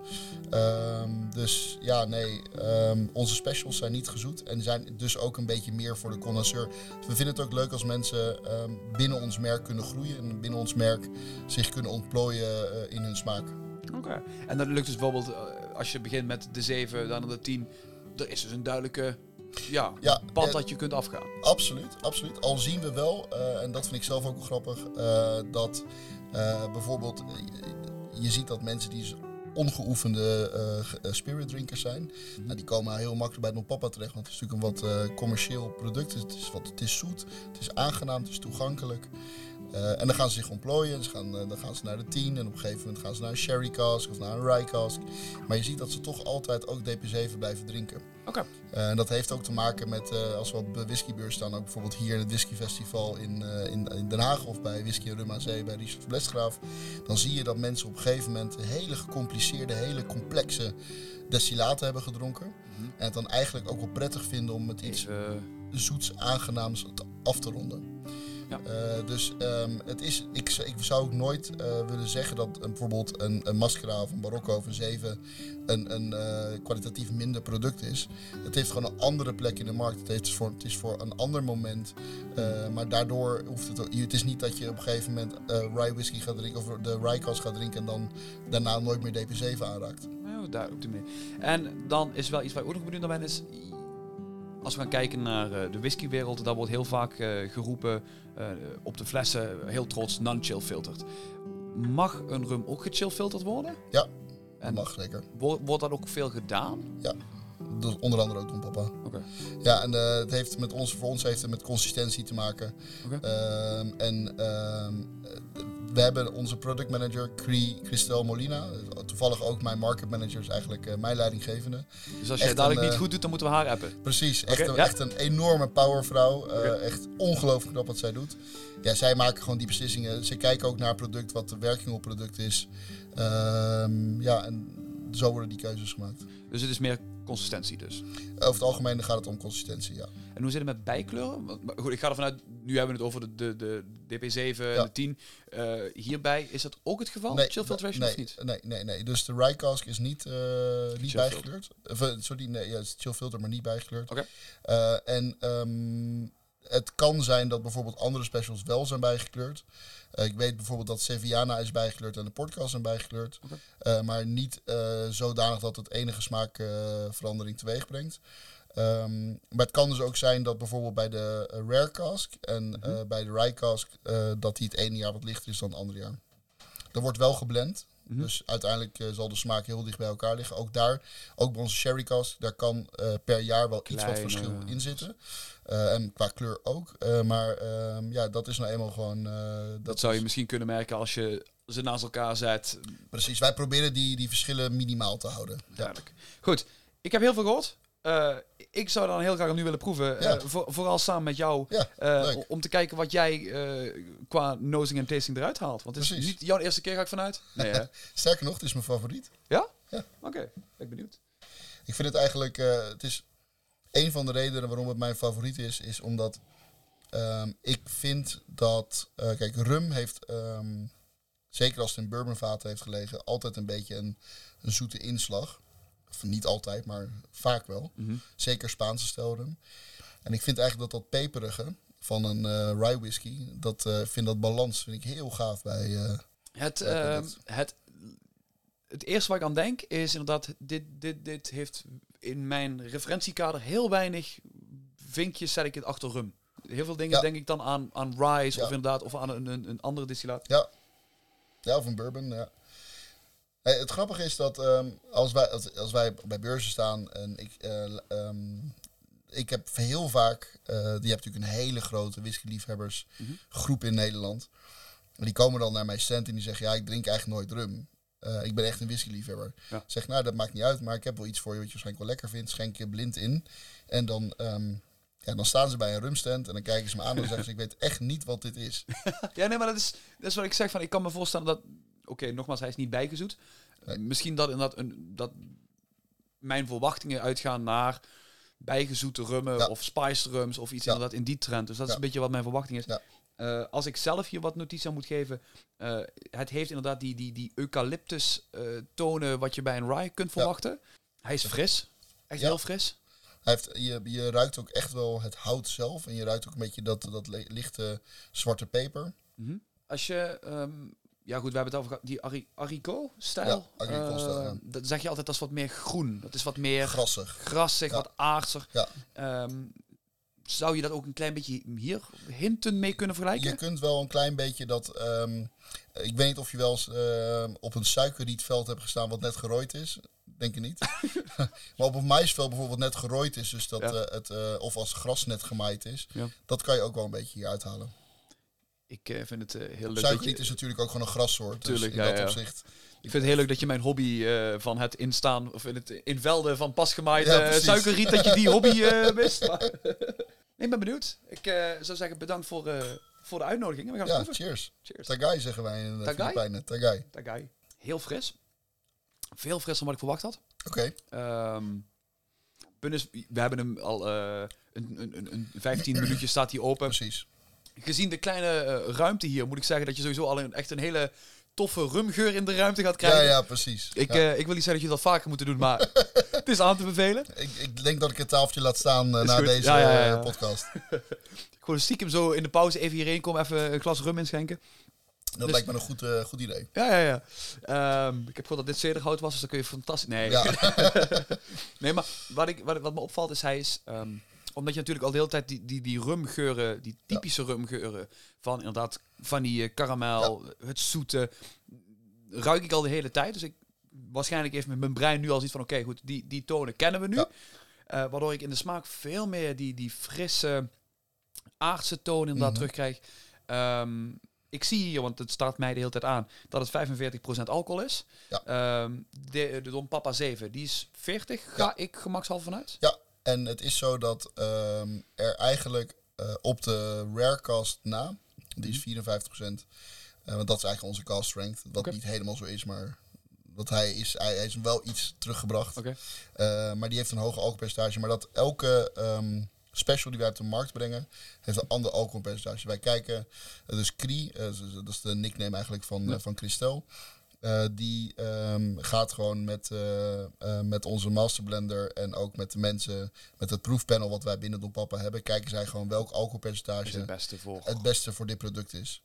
Speaker 2: Um, dus ja, nee, um, onze specials zijn niet gezoet en zijn dus ook een beetje meer voor de connoisseur. Dus we vinden het ook leuk als mensen um, binnen ons merk kunnen groeien en binnen ons merk zich kunnen ontplooien uh, in hun smaak.
Speaker 1: Oké, okay. En dat lukt dus bijvoorbeeld uh, als je begint met de zeven, dan de tien. Er is dus een duidelijke... Ja, ja, pad dat je kunt afgaan.
Speaker 2: Absoluut, absoluut. Al zien we wel, uh, en dat vind ik zelf ook wel grappig, uh, dat uh, bijvoorbeeld uh, je ziet dat mensen die ongeoefende uh, spirit drinkers zijn, mm-hmm. nou, die komen heel makkelijk bij Don Papa terecht, want het is natuurlijk een wat uh, commercieel product. Het is, wat, het is zoet, het is aangenaam, het is toegankelijk. Uh, en dan gaan ze zich ontplooien. Ze gaan, uh, dan gaan ze naar de tien. En op een gegeven moment gaan ze naar een sherry cask of naar een rye cask. Maar je ziet dat ze toch altijd ook D P zeven blijven drinken.
Speaker 1: Oké. Okay.
Speaker 2: Uh, en dat heeft ook te maken met, uh, als we op de whiskybeurs staan, ook bijvoorbeeld hier in het whiskyfestival in, uh, in, in Den Haag of bij Whisky en Rum aan Zee bij Richard Blesgraaf. Dan zie je dat mensen op een gegeven moment hele gecompliceerde, hele complexe destillaten hebben gedronken. Mm-hmm. En het dan eigenlijk ook wel prettig vinden om met iets uh... zoets, aangenaams af te ronden. Ja. Uh, dus um, het is, ik, ik zou ook nooit uh, willen zeggen dat een, bijvoorbeeld een, een Mascara of een Barocco of een zeven een, een uh, kwalitatief minder product is. Het heeft gewoon een andere plek in de markt. Het, heeft voor, het is voor een ander moment. Uh, maar daardoor hoeft het... Het is niet dat je op een gegeven moment uh, rye whisky gaat drinken of de rye cask gaat drinken en dan daarna nooit meer D P zeven aanraakt.
Speaker 1: Nou, daar op die manier. En dan is wel iets waar ik ook nog benieuwd naar ben is... Als we gaan kijken naar uh, de whiskywereld, daar wordt heel vaak uh, geroepen uh, op de flessen, heel trots, non-chill filtered. Mag een rum ook gechill filtered worden?
Speaker 2: Ja, dat mag zeker.
Speaker 1: Wordt, wordt dat ook veel gedaan?
Speaker 2: Ja, dus onder andere ook Don Papa. Oké.
Speaker 1: Okay.
Speaker 2: Ja, en uh, het heeft met ons, voor ons heeft het met consistentie te maken.
Speaker 1: Okay.
Speaker 2: Uh, en uh, we hebben onze product manager, Christel Molina. Toevallig ook mijn market manager is eigenlijk uh, mijn leidinggevende.
Speaker 1: Dus als je het dadelijk uh, niet goed doet, dan moeten we haar appen?
Speaker 2: Precies, echt, okay, een, ja. echt een enorme powervrouw. Uh, okay. Echt ongelooflijk knap wat zij doet. Ja, zij maken gewoon die beslissingen. Ze kijken ook naar het product, wat de werking op het product is. Uh, ja, en zo worden die keuzes gemaakt.
Speaker 1: Dus het is meer consistentie dus?
Speaker 2: Over het algemeen gaat het om consistentie, ja.
Speaker 1: En hoe zit het met bijkleuren? Want, goed, ik ga ervan uit, nu hebben we het over de, de, de D P zeven en ja. de tien. Uh, hierbij, is dat ook het geval?
Speaker 2: Nee,
Speaker 1: chill filtration
Speaker 2: nee,
Speaker 1: of niet?
Speaker 2: Nee, nee, nee. Dus de rye cask is niet, uh, niet bijgekleurd. Uh, sorry, nee, ja, het is chill filter, maar niet bijgekleurd.
Speaker 1: Okay.
Speaker 2: Uh, en um, het kan zijn dat bijvoorbeeld andere specials wel zijn bijgekleurd. Uh, ik weet bijvoorbeeld dat Seviana is bijgekleurd en de Portcast zijn bijgekleurd. Okay. Uh, maar niet uh, zodanig dat het enige smaakverandering uh, teweeg brengt. Um, maar het kan dus ook zijn dat bijvoorbeeld bij de uh, Rare Cask en uh, mm-hmm. bij de Rye Cask uh, dat die het ene jaar wat lichter is dan het andere jaar. Er wordt wel geblend. Mm-hmm. Dus uiteindelijk uh, zal de smaak heel dicht bij elkaar liggen. Ook daar, ook bij onze Sherry Cask, daar kan uh, per jaar wel Kleine. iets wat verschil in zitten. Uh, en qua kleur ook. Uh, maar uh, ja, dat is nou eenmaal gewoon... Uh, dat,
Speaker 1: dat zou je
Speaker 2: is...
Speaker 1: misschien kunnen merken als je ze naast elkaar zet.
Speaker 2: Precies, wij proberen die, die verschillen minimaal te houden.
Speaker 1: Duidelijk. Ja. Goed, ik heb heel veel gehoord. Uh, ik zou dan heel graag nu willen proeven. Ja. Uh, voor, vooral samen met jou. Ja, uh, om te kijken wat jij uh, qua nosing en tasting eruit haalt. Want het is Precies. niet jouw eerste keer, ga ik vanuit. Nee, hè?
Speaker 2: Sterker nog, het is mijn favoriet.
Speaker 1: Ja?
Speaker 2: Ja.
Speaker 1: Oké, okay. Ben ik benieuwd.
Speaker 2: Ik vind het eigenlijk... Uh, het is een van de redenen waarom het mijn favoriet is. Is omdat um, ik vind dat... Uh, kijk, rum heeft... Um, zeker als het in bourbonvaten heeft gelegen... altijd een beetje een, een zoete inslag. Of niet altijd, maar vaak wel. Mm-hmm. Zeker Spaanse stijlrum. En ik vind eigenlijk dat dat peperige van een uh, rye whisky, dat uh, vind dat balans vind ik heel gaaf bij. Uh,
Speaker 1: het, uh, het, het eerste waar ik aan denk is inderdaad, dit, dit, dit heeft in mijn referentiekader heel weinig vinkjes, zet ik het achter rum. Heel veel dingen ja. denk ik dan aan, aan rye ja. of inderdaad, of aan een, een, een andere distillaat.
Speaker 2: Ja. ja, of een bourbon, ja. Hey, het grappige is dat um, als, wij, als, als wij bij beurzen staan en ik, uh, um, ik heb heel vaak, uh, je hebt natuurlijk een hele grote whiskyliefhebbersgroep mm-hmm. in Nederland. En die komen dan naar mijn stand en die zeggen, ja, ik drink eigenlijk nooit rum. Uh, ik ben echt een whiskyliefhebber. Ja. Zeg, nou, dat maakt niet uit, maar ik heb wel iets voor je wat je waarschijnlijk wel lekker vindt. Schenk je blind in. En dan, um, ja, dan staan ze bij een rumstand en dan kijken ze me aan en zeggen ze, ik weet echt niet wat dit is.
Speaker 1: Ja, nee, maar dat is, dat is wat ik zeg. Van, ik kan me voorstellen dat... Oké, okay, nogmaals, hij is niet bijgezoet. Nee. Uh, misschien dat, inderdaad een, dat mijn verwachtingen uitgaan naar bijgezoete rummen ja. of spiced rums of iets ja. inderdaad in die trend. Dus dat ja. is een beetje wat mijn verwachting is. Ja. Uh, als ik zelf hier wat notitie aan moet geven, uh, het heeft inderdaad die, die, die eucalyptus uh, tonen wat je bij een rye kunt verwachten. Ja. Hij is fris, echt ja. heel fris.
Speaker 2: Hij heeft, je, je ruikt ook echt wel het hout zelf en je ruikt ook een beetje dat, dat lichte zwarte peper.
Speaker 1: Mm-hmm. Als je... Um, Ja goed, we hebben het over die Ari- Arico-stijl.
Speaker 2: Ja, Arico-stijl, uh, ja.
Speaker 1: Dat zeg je altijd, dat is wat meer groen. Dat is wat meer...
Speaker 2: Grassig.
Speaker 1: Grassig, ja. wat aardser.
Speaker 2: Ja.
Speaker 1: Um, zou je dat ook een klein beetje hier hinten mee kunnen vergelijken?
Speaker 2: Je kunt wel een klein beetje dat... Um, ik weet niet of je wel eens uh, op een suikerrietveld hebt gestaan wat net gerooid is. Denk je niet. Maar op een maïsveld bijvoorbeeld net gerooid is. Dus dat, ja. uh, het, uh, of als gras net gemaaid is. Ja. Dat kan je ook wel een beetje hier uithalen.
Speaker 1: Ik uh, vind het uh, heel leuk.
Speaker 2: Suikerriet is natuurlijk ook gewoon een grassoort. Tuurlijk, dus in ja, dat ja. opzicht.
Speaker 1: Ik vind het heel leuk dat je mijn hobby uh, van het instaan, of in het invelden van pasgemaaid ja, uh, suikerriet, dat je die hobby uh, mist. Maar, nee, ik ben benieuwd. Ik uh, zou zeggen bedankt voor, uh, voor de uitnodiging. We gaan
Speaker 2: ja, cheers. cheers. Tagai zeggen wij in de Filipijnen. Tagai.
Speaker 1: Tagai. Heel fris. Veel frisser dan wat ik verwacht had.
Speaker 2: Oké.
Speaker 1: Okay. Um, we hebben hem al uh, een, een, een vijftien minuutjes staat hij open.
Speaker 2: Precies.
Speaker 1: Gezien de kleine uh, ruimte hier, moet ik zeggen dat je sowieso al een, echt een hele toffe rumgeur in de ruimte gaat krijgen.
Speaker 2: Ja, ja, precies.
Speaker 1: Ik,
Speaker 2: ja.
Speaker 1: Uh, ik wil niet zeggen dat je dat vaker moet doen, maar het is aan te bevelen.
Speaker 2: Ik, ik denk dat ik het tafeltje laat staan uh, na goed. deze ja, ja, ja. Uh, podcast.
Speaker 1: Gewoon stiekem zo in de pauze even hierheen komen, even een glas rum inschenken.
Speaker 2: Dat
Speaker 1: dus,
Speaker 2: lijkt me een goed, uh, goed idee.
Speaker 1: Ja, ja, ja. Um, ik heb gehoord dat dit cederhout was, dus dan kun je fantastisch... Nee, ja. nee maar wat, ik, wat, wat me opvalt is, hij is... Um, omdat je natuurlijk al de hele tijd die, die, die rumgeuren, die typische ja. rumgeuren van inderdaad vanille, karamel, ja. het zoete, ruik ik al de hele tijd. Dus ik waarschijnlijk heeft met mijn brein nu al zoiets van, oké, okay, goed, die, die tonen kennen we nu. Ja. Uh, waardoor ik in de smaak veel meer die, die frisse, aardse tonen inderdaad mm-hmm. terugkrijg. Um, ik zie hier, want het staat mij de hele tijd aan, dat het vijfenveertig procent alcohol is.
Speaker 2: Ja.
Speaker 1: Um, de, de Don Papa zeven, die is veertig, ga ja. ik gemakshalve vanuit.
Speaker 2: Ja. En het is zo dat um, er eigenlijk uh, op de Rarecast na, die is vierenvijftig procent, uh, want dat is eigenlijk onze cast strength, wat okay. niet helemaal zo is, maar dat hij is, hij, hij is wel iets teruggebracht.
Speaker 1: Okay.
Speaker 2: Uh, maar die heeft een hoge alcoholpercentage, maar dat elke um, special die wij op de markt brengen, heeft een ander alcoholpercentage. Wij kijken, uh, dus Cri, uh, dat is de nickname eigenlijk van, ja. uh, van Christel. Uh, die um, gaat gewoon met, uh, uh, met onze masterblender en ook met de mensen, met het proefpanel wat wij binnen Don Papa hebben, kijken zij gewoon welk alcoholpercentage
Speaker 1: het beste voor.
Speaker 2: het beste voor dit product is.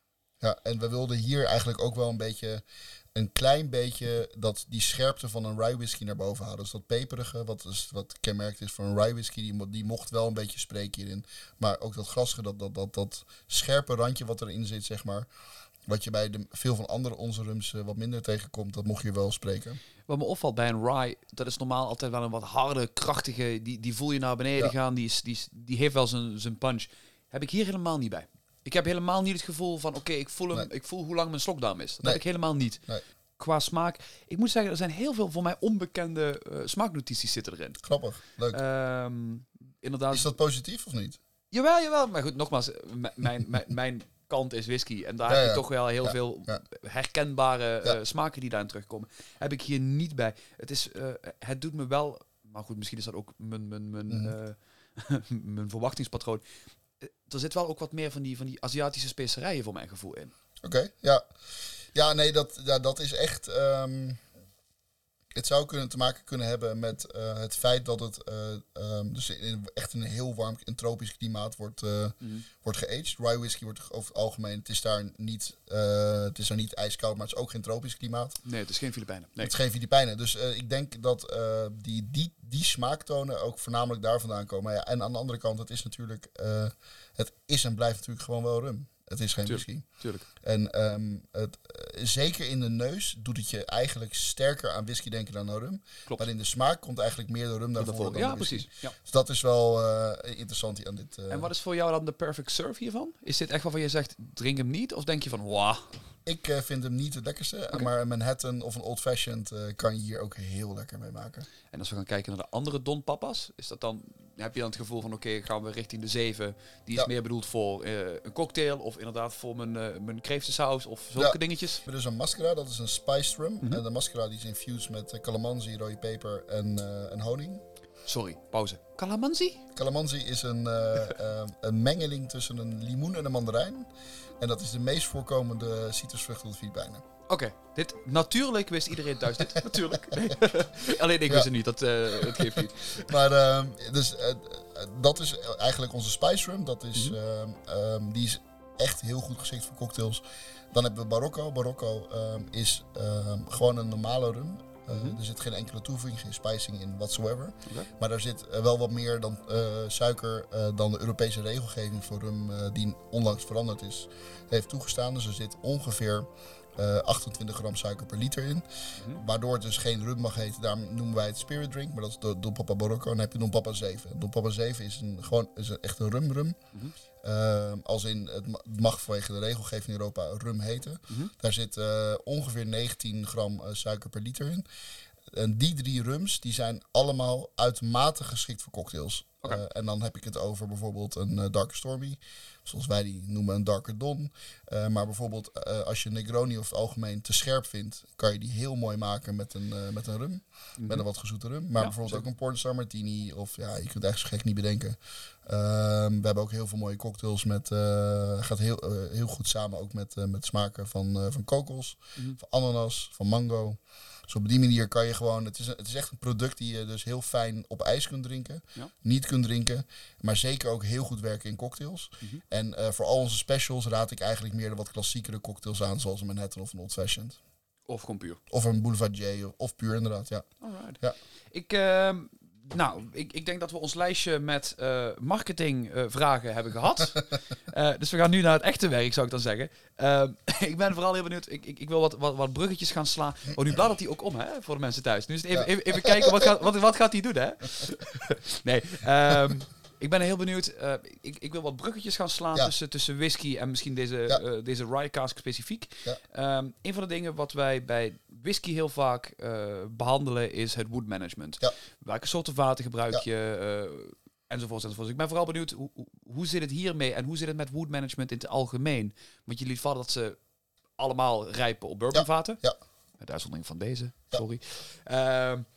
Speaker 2: Ja, en we wilden hier eigenlijk ook wel een beetje, een klein beetje, dat die scherpte van een rye whisky naar boven halen. Dus dat peperige, wat, is, wat kenmerkt is van een rye whisky, die, die mocht wel een beetje spreken hierin. Maar ook dat grasige, dat, dat, dat, dat scherpe randje wat erin zit, zeg maar. Wat je bij de, veel van andere onze rums uh, wat minder tegenkomt, dat mocht je wel spreken.
Speaker 1: Wat me opvalt bij een rye, dat is normaal altijd wel een wat harde, krachtige, die, die voel je naar beneden ja. gaan, die, is, die, is, die heeft wel zijn, zijn punch. Heb ik hier helemaal niet bij. Ik heb helemaal niet het gevoel van, oké, okay, ik voel hem, nee. ik voel hoe lang mijn slokdarm is. Dat nee. heb ik helemaal niet.
Speaker 2: Nee.
Speaker 1: Qua smaak, ik moet zeggen, er zijn heel veel voor mij onbekende uh, smaaknotities zitten erin.
Speaker 2: Grappig, leuk.
Speaker 1: Um, inderdaad.
Speaker 2: Is dat positief of niet?
Speaker 1: Jawel, jawel. Maar goed, nogmaals, m- mijn, mijn, mijn kant is whisky. En daar ja, heb je ja. toch wel heel ja, veel ja. herkenbare ja. uh, smaken die daarin terugkomen. Heb ik hier niet bij. Het is, uh, het doet me wel, maar goed, misschien is dat ook mijn, mijn, mijn, mm. uh, mijn verwachtingspatroon. Er zit wel ook wat meer van die, van die Aziatische specerijen voor mijn gevoel in.
Speaker 2: Oké, okay, ja. Ja, nee, dat, ja, dat is echt... Um, het zou kunnen te maken kunnen hebben met uh, het feit dat het uh, um, dus in echt een heel warm en tropisch klimaat wordt, uh, mm. wordt geaged. Rye whisky wordt over het algemeen... Het is daar niet, uh, het is daar niet ijskoud, maar het is ook geen tropisch klimaat.
Speaker 1: Nee, het is geen Filipijnen. Nee.
Speaker 2: Het is geen Filipijnen. Dus uh, ik denk dat uh, die, die, die smaaktonen ook voornamelijk daar vandaan komen. Ja, en aan de andere kant, het is natuurlijk... Uh, het is en blijft natuurlijk gewoon wel rum. Het is geen
Speaker 1: tuurlijk,
Speaker 2: whisky.
Speaker 1: Tuurlijk.
Speaker 2: En um, het, uh, zeker in de neus doet het je eigenlijk sterker aan whisky denken dan aan rum.
Speaker 1: Klopt.
Speaker 2: Maar in de smaak komt eigenlijk meer de rum naar voren dan
Speaker 1: ja,
Speaker 2: de whisky.
Speaker 1: Precies. Ja.
Speaker 2: Dus dat is wel uh, interessant aan dit. Uh...
Speaker 1: En wat is voor jou dan de perfect serve hiervan? Is dit echt waarvan je zegt, drink hem niet? Of denk je van, wauw?
Speaker 2: Ik uh, vind hem niet het lekkerste. Okay. Maar een Manhattan of een Old Fashioned uh, kan je hier ook heel lekker mee maken.
Speaker 1: En als we gaan kijken naar de andere Don Papa's, is dat dan, heb je dan het gevoel van, oké, okay, gaan we richting de zeven. Die is ja. meer bedoeld voor uh, een cocktail of inderdaad voor mijn, uh, mijn kreeftensaus of zulke ja. dingetjes.
Speaker 2: We hebben dus een mascara, dat is een spiced rum. Mm-hmm. En de mascara die is infused met uh, calamansi, rode peper en, uh, en honing.
Speaker 1: Sorry, pauze. Calamansi?
Speaker 2: Calamansi is een, uh, uh, een mengeling tussen een limoen en een mandarijn. En dat is de meest voorkomende citrusvrucht op de Filipijnen.
Speaker 1: Oké, okay. dit natuurlijk wist iedereen thuis dit. Natuurlijk. Nee. Alleen ik ja. wist het niet, dat, uh, dat geeft niet.
Speaker 2: Maar uh, dus, uh, dat is eigenlijk onze spice rum. Dat is, mm-hmm. uh, um, die is echt heel goed geschikt voor cocktails. Dan hebben we Barocco. Barocco um, is um, gewoon een normale rum. Uh, mm-hmm. Er zit geen enkele toevoeging, geen spicing in whatsoever. Okay. Maar daar zit uh, wel wat meer dan uh, suiker uh, dan de Europese regelgeving voor rum, uh, die onlangs veranderd is, heeft toegestaan. Dus er zit ongeveer uh, achtentwintig gram suiker per liter in. Mm-hmm. Waardoor het dus geen rum mag heten. Daarom noemen wij het spirit drink. Maar dat is Don Papa Barocco. En dan heb je Don Papa zeven. Don Papa zeven is, een, gewoon, is een, echt een rum rum. Mm-hmm. Uh, als in, het mag vanwege de regelgeving in Europa rum heten. Mm-hmm. Daar zit uh, ongeveer negentien gram uh, suiker per liter in. En die drie rums die zijn allemaal uitermate geschikt voor cocktails. Okay. Uh, en dan heb ik het over bijvoorbeeld een uh, Darker Stormy. Zoals wij die noemen een Darker Don. Uh, maar bijvoorbeeld uh, als je Negroni over het algemeen te scherp vindt, kan je die heel mooi maken met een, uh, met een rum. Mm-hmm. Met een wat gezoete rum. Maar ja, bijvoorbeeld zeker. Ook een Pornstar Martini. Of ja, je kunt het echt zo gek niet bedenken. Uh, we hebben ook heel veel mooie cocktails met... Uh, gaat heel, uh, heel goed samen ook met, uh, met smaken van, uh, van kokos. Mm-hmm. Van ananas. Van mango. Dus op die manier kan je gewoon... Het is, een, het is echt een product die je dus heel fijn op ijs kunt drinken. Ja. Niet kunt drinken. Maar zeker ook heel goed werken in cocktails. Mm-hmm. En uh, voor al onze specials raad ik eigenlijk meer de wat klassiekere cocktails aan. Zoals een Manhattan of een Old Fashioned.
Speaker 1: Of gewoon puur.
Speaker 2: Of een Boulevardier. Of, of puur inderdaad, ja.
Speaker 1: Alright.
Speaker 2: Ja.
Speaker 1: Ik... Uh... Nou, ik, ik denk dat we ons lijstje met uh, marketingvragen uh, hebben gehad. uh, dus we gaan nu naar het echte werk, zou ik dan zeggen. Uh, ik ben vooral heel benieuwd. Ik, ik, ik wil wat, wat, wat bruggetjes gaan slaan. Oh, nu bladert hij ook om, hè, voor de mensen thuis. Nu is het even, ja. even, even kijken, wat gaat, wat, wat gaat hij doen, hè? nee, um, ik ben heel benieuwd. Uh, ik, ik wil wat bruggetjes gaan slaan ja. tussen, tussen whisky en misschien deze, ja. uh, deze rye cask specifiek. Ja. Um, een van de dingen wat wij bij whisky heel vaak uh, behandelen is het wood management. Ja. Welke soorten vaten gebruik ja. je? Uh, enzovoort, enzovoort. Ik ben vooral benieuwd, hoe, hoe, hoe zit het hiermee en hoe zit het met wood management in het algemeen? Want jullie vatten dat ze allemaal rijpen op bourbonvaten. Ja. Ja. Met uitzondering van deze, sorry. Ja. Uh,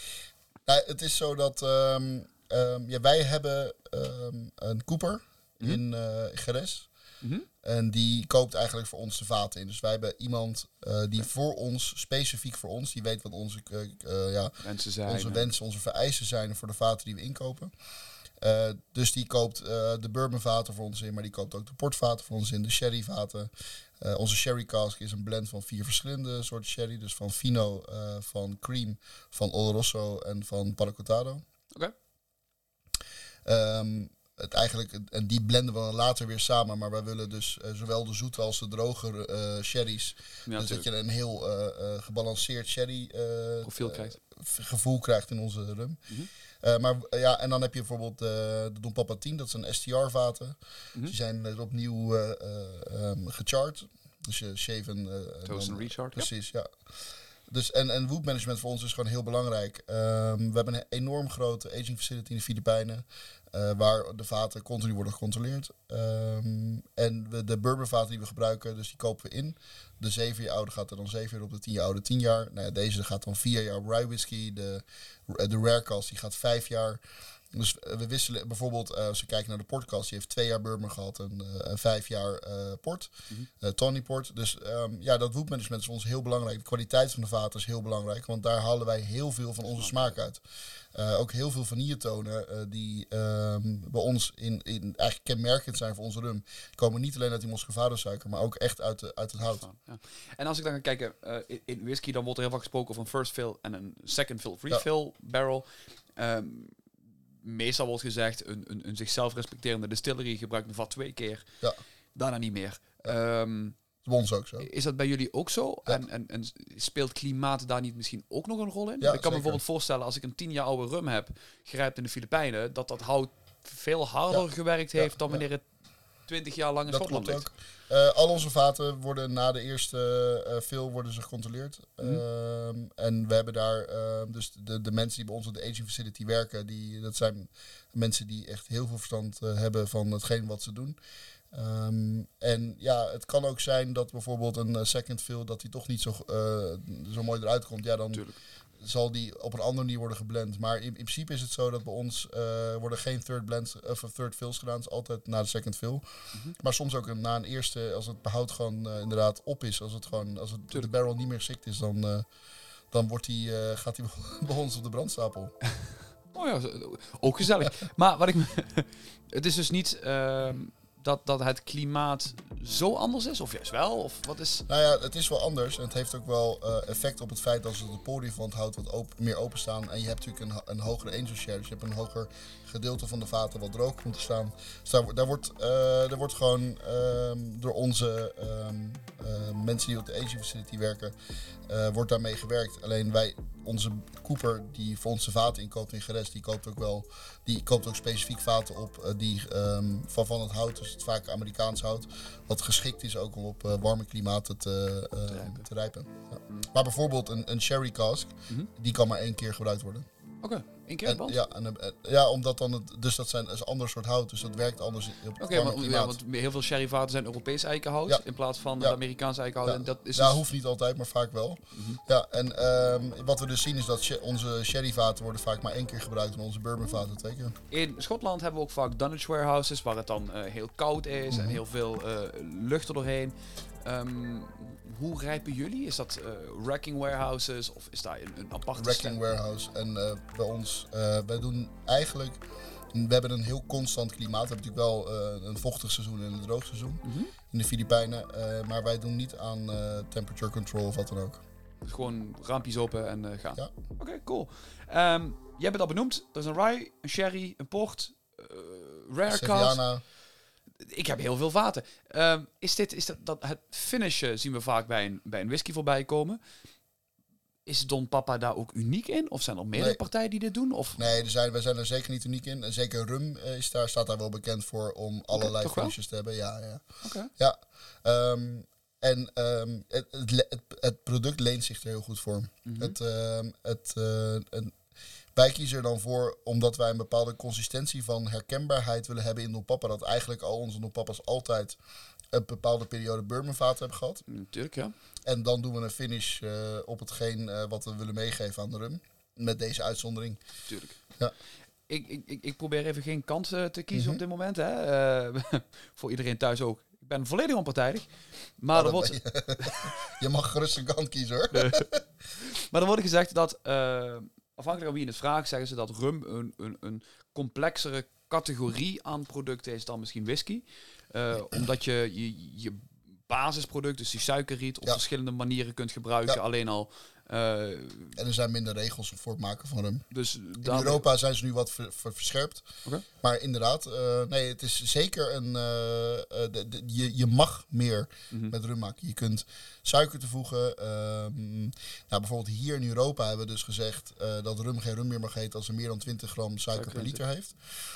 Speaker 2: nou, het is zo dat... Um, um, ja, wij hebben um, een Cooper mm-hmm. in uh, Jerez. Mm-hmm. En die koopt eigenlijk voor ons de vaten in. Dus wij hebben iemand uh, die voor ons, specifiek voor ons, die weet wat onze, uh, uh, ja,
Speaker 1: wensen zijn,
Speaker 2: onze wensen, onze vereisten zijn voor de vaten die we inkopen. Uh, dus die koopt uh, de bourbonvaten voor ons in, maar die koopt ook de portvaten voor ons in, de sherryvaten. Uh, onze sherry cask is een blend van vier verschillende soorten sherry. Dus van Fino, uh, van Cream, van Oloroso en van Paracottado. Oké. Okay. Um, Het eigenlijk, en die blenden we dan later weer samen. Maar wij willen dus uh, zowel de zoete als de droge uh, sherry's. Ja, dus dat je een heel uh, uh, gebalanceerd sherry uh,
Speaker 1: profiel krijgt.
Speaker 2: Uh, gevoel krijgt in onze rum. Mm-hmm. Uh, maar uh, ja, en dan heb je bijvoorbeeld uh, de Don Papa tien, dat zijn S T R-vaten. Mm-hmm. Die zijn uh, opnieuw uh, uh, um, gechart. Dus je shave en... Uh,
Speaker 1: Toast en rechart.
Speaker 2: Precies, ja. ja. Dus en, en wood management voor ons is gewoon heel belangrijk. Um, we hebben een enorm grote aging facility in de Filipijnen. Uh, waar de vaten continu worden gecontroleerd. Um, en we, de bourbonvaten die we gebruiken, dus die kopen we in. De zeven jaar oude gaat er dan zeven jaar op, de tien jaar oude tien jaar. Nou ja, deze gaat dan vier jaar op rye whisky. De, de rare cask die gaat vijf jaar. Dus we wisselen bijvoorbeeld, uh, als we kijken naar de portcask, die heeft twee jaar bourbon gehad en uh, vijf jaar uh, port, mm-hmm. uh, Tawny port. Dus um, ja, dat wood management is voor ons heel belangrijk. De kwaliteit van de vaten is heel belangrijk, want daar halen wij heel veel van onze smaak uit. Uh, ook heel veel vanilletonen uh, die um, bij ons in, in eigenlijk kenmerkend zijn voor onze rum. Die komen niet alleen uit die Moscovado suiker, maar ook echt uit, de, uit het hout.
Speaker 1: Ja. En als ik dan ga kijken, uh, in, in whisky, dan wordt er heel vaak gesproken over een first fill en een second fill refill ja. barrel. Um, Meestal wordt gezegd, een, een, een zichzelf respecterende distillery gebruikt een vat twee keer. Ja. Daarna niet meer. Ja. Um,
Speaker 2: bij ons ook zo.
Speaker 1: Is dat bij jullie ook zo? Ja. En, en, en speelt klimaat daar niet misschien ook nog een rol in?
Speaker 2: Ja,
Speaker 1: ik kan
Speaker 2: zeker.
Speaker 1: me bijvoorbeeld voorstellen, als ik een tien jaar oude rum heb, gerijpt in de Filipijnen, dat dat hout veel harder ja. gewerkt heeft ja. dan wanneer ja. het twintig jaar lang in
Speaker 2: dat
Speaker 1: Schotland ligt.
Speaker 2: Uh, al onze vaten worden na de eerste uh, fill worden ze gecontroleerd. Mm. Uh, en we hebben daar uh, dus de, de mensen die bij ons op de aging facility werken, die, dat zijn mensen die echt heel veel verstand uh, hebben van hetgeen wat ze doen. Um, en ja, het kan ook zijn dat bijvoorbeeld een uh, second fill, dat die toch niet zo, uh, zo mooi eruit komt. Ja, dan Tuurlijk. zal die op een andere manier worden geblend. Maar in, in principe is het zo dat bij ons uh, worden geen third blends of third fills gedaan. Het is altijd na de second fill. Mm-hmm. Maar soms ook een, na een eerste, als het behoud gewoon uh, inderdaad op is. Als het gewoon, als het de barrel niet meer geschikt is, dan, uh, dan wordt die, uh, gaat die bij ons op de brandstapel.
Speaker 1: Oh ja, ook gezellig. Maar wat ik, het is dus niet. Uh, dat, dat het klimaat zo anders is? Of juist wel? Of wat is...
Speaker 2: Nou ja, het is wel anders. En het heeft ook wel uh, effect op het feit dat het de poriënwand houdt wat open, meer openstaan. En je hebt natuurlijk een, een hogere angel share. Dus je hebt een hoger gedeelte van de vaten wat droog komt te staan. Dus daar, daar, wordt, uh, daar wordt gewoon uh, door onze um, uh, mensen die op de aging facility werken, uh, wordt daarmee gewerkt. Alleen wij, onze Cooper die voor onze vaten inkoopt in Geres, die koopt ook wel, die koopt ook specifiek vaten op uh, die um, van, van het hout, dus het vaak Amerikaans hout, wat geschikt is ook om op uh, warme klimaten te, uh, te rijpen. Te rijpen. Ja. Mm. Maar bijvoorbeeld een, een sherry cask, mm-hmm. die kan maar één keer gebruikt worden.
Speaker 1: Oké, okay. één keer
Speaker 2: en, ja, en, en, ja, omdat dan het, dus dat zijn is een ander soort hout, dus dat werkt anders op het
Speaker 1: okay, maar, ja, want heel veel sherryvaten zijn Europees eikenhout ja. in plaats van ja. Amerikaans eikenhout.
Speaker 2: Ja,
Speaker 1: en dat is
Speaker 2: ja
Speaker 1: dus...
Speaker 2: hoeft niet altijd, maar vaak wel. Mm-hmm. Ja, en um, wat we dus zien is dat sh- onze sherryvaten worden vaak maar één keer gebruikt en onze bourbonvaten twee keer.
Speaker 1: In Schotland hebben we ook vaak dunnage warehouses waar het dan uh, heel koud is mm-hmm. en heel veel uh, lucht er doorheen. Um, hoe rijpen jullie? Is dat uh, racking warehouses of is daar een, een aparte
Speaker 2: racking
Speaker 1: stand?
Speaker 2: warehouse. En uh, bij ons, uh, wij doen eigenlijk, we hebben een heel constant klimaat. We hebben natuurlijk wel uh, een vochtig seizoen en een droog seizoen mm-hmm. in de Filipijnen. Uh, maar wij doen niet aan uh, temperature control of wat dan ook.
Speaker 1: Gewoon raampjes open en uh, gaan.
Speaker 2: Ja.
Speaker 1: Oké, okay, cool. Um, jij hebt het al benoemd. Er is een rye, een sherry, een port, uh, rare cask. Ik heb heel veel vaten. Uh, is dit, is dat, dat het finishen zien we vaak bij een, bij een whisky voorbij komen. Is Don Papa daar ook uniek in? Of zijn er meerdere nee. partijen die dit doen? Of?
Speaker 2: Nee, er zijn, wij zijn er zeker niet uniek in. En zeker rum is daar, staat daar wel bekend voor om allerlei okay, finishes te hebben. Ja, ja.
Speaker 1: Okay.
Speaker 2: ja. Um, en um, het, het, het, het product leent zich er heel goed voor. Mm-hmm. Het, um, het, uh, een, wij kiezen er dan voor, omdat wij een bepaalde consistentie van herkenbaarheid willen hebben in Don Papa. Dat eigenlijk al onze Don Papa's altijd een bepaalde periode bourbonvaten hebben gehad.
Speaker 1: Natuurlijk, ja.
Speaker 2: En dan doen we een finish uh, op hetgeen uh, wat we willen meegeven aan de rum. Met deze uitzondering.
Speaker 1: Tuurlijk.
Speaker 2: Ja.
Speaker 1: Ik, ik, ik, ik probeer even geen kant uh, te kiezen mm-hmm. op dit moment. Hè. Uh, voor iedereen thuis ook. Ik ben volledig onpartijdig. Maar oh, er wordt...
Speaker 2: je. je mag gerust een kant kiezen hoor.
Speaker 1: Maar er wordt gezegd dat... Uh, afhankelijk van wie je het vraagt, zeggen ze dat rum een, een, een complexere categorie aan producten is dan misschien whisky. Uh, omdat je, je je basisproduct, dus die suikerriet, op ja. verschillende manieren kunt gebruiken. Ja. Alleen al... Uh,
Speaker 2: en er zijn minder regels voor het maken van rum.
Speaker 1: Dus
Speaker 2: in Europa zijn ze nu wat ver, ver, verscherpt.
Speaker 1: Okay.
Speaker 2: Maar inderdaad, uh, nee, het is zeker een... Uh, uh, de, de, je, je mag meer mm-hmm. met rum maken. Je kunt suiker toevoegen. Um, nou, bijvoorbeeld hier in Europa hebben we dus gezegd uh, dat rum geen rum meer mag heten als er meer dan twintig gram suiker, suiker per liter heeft.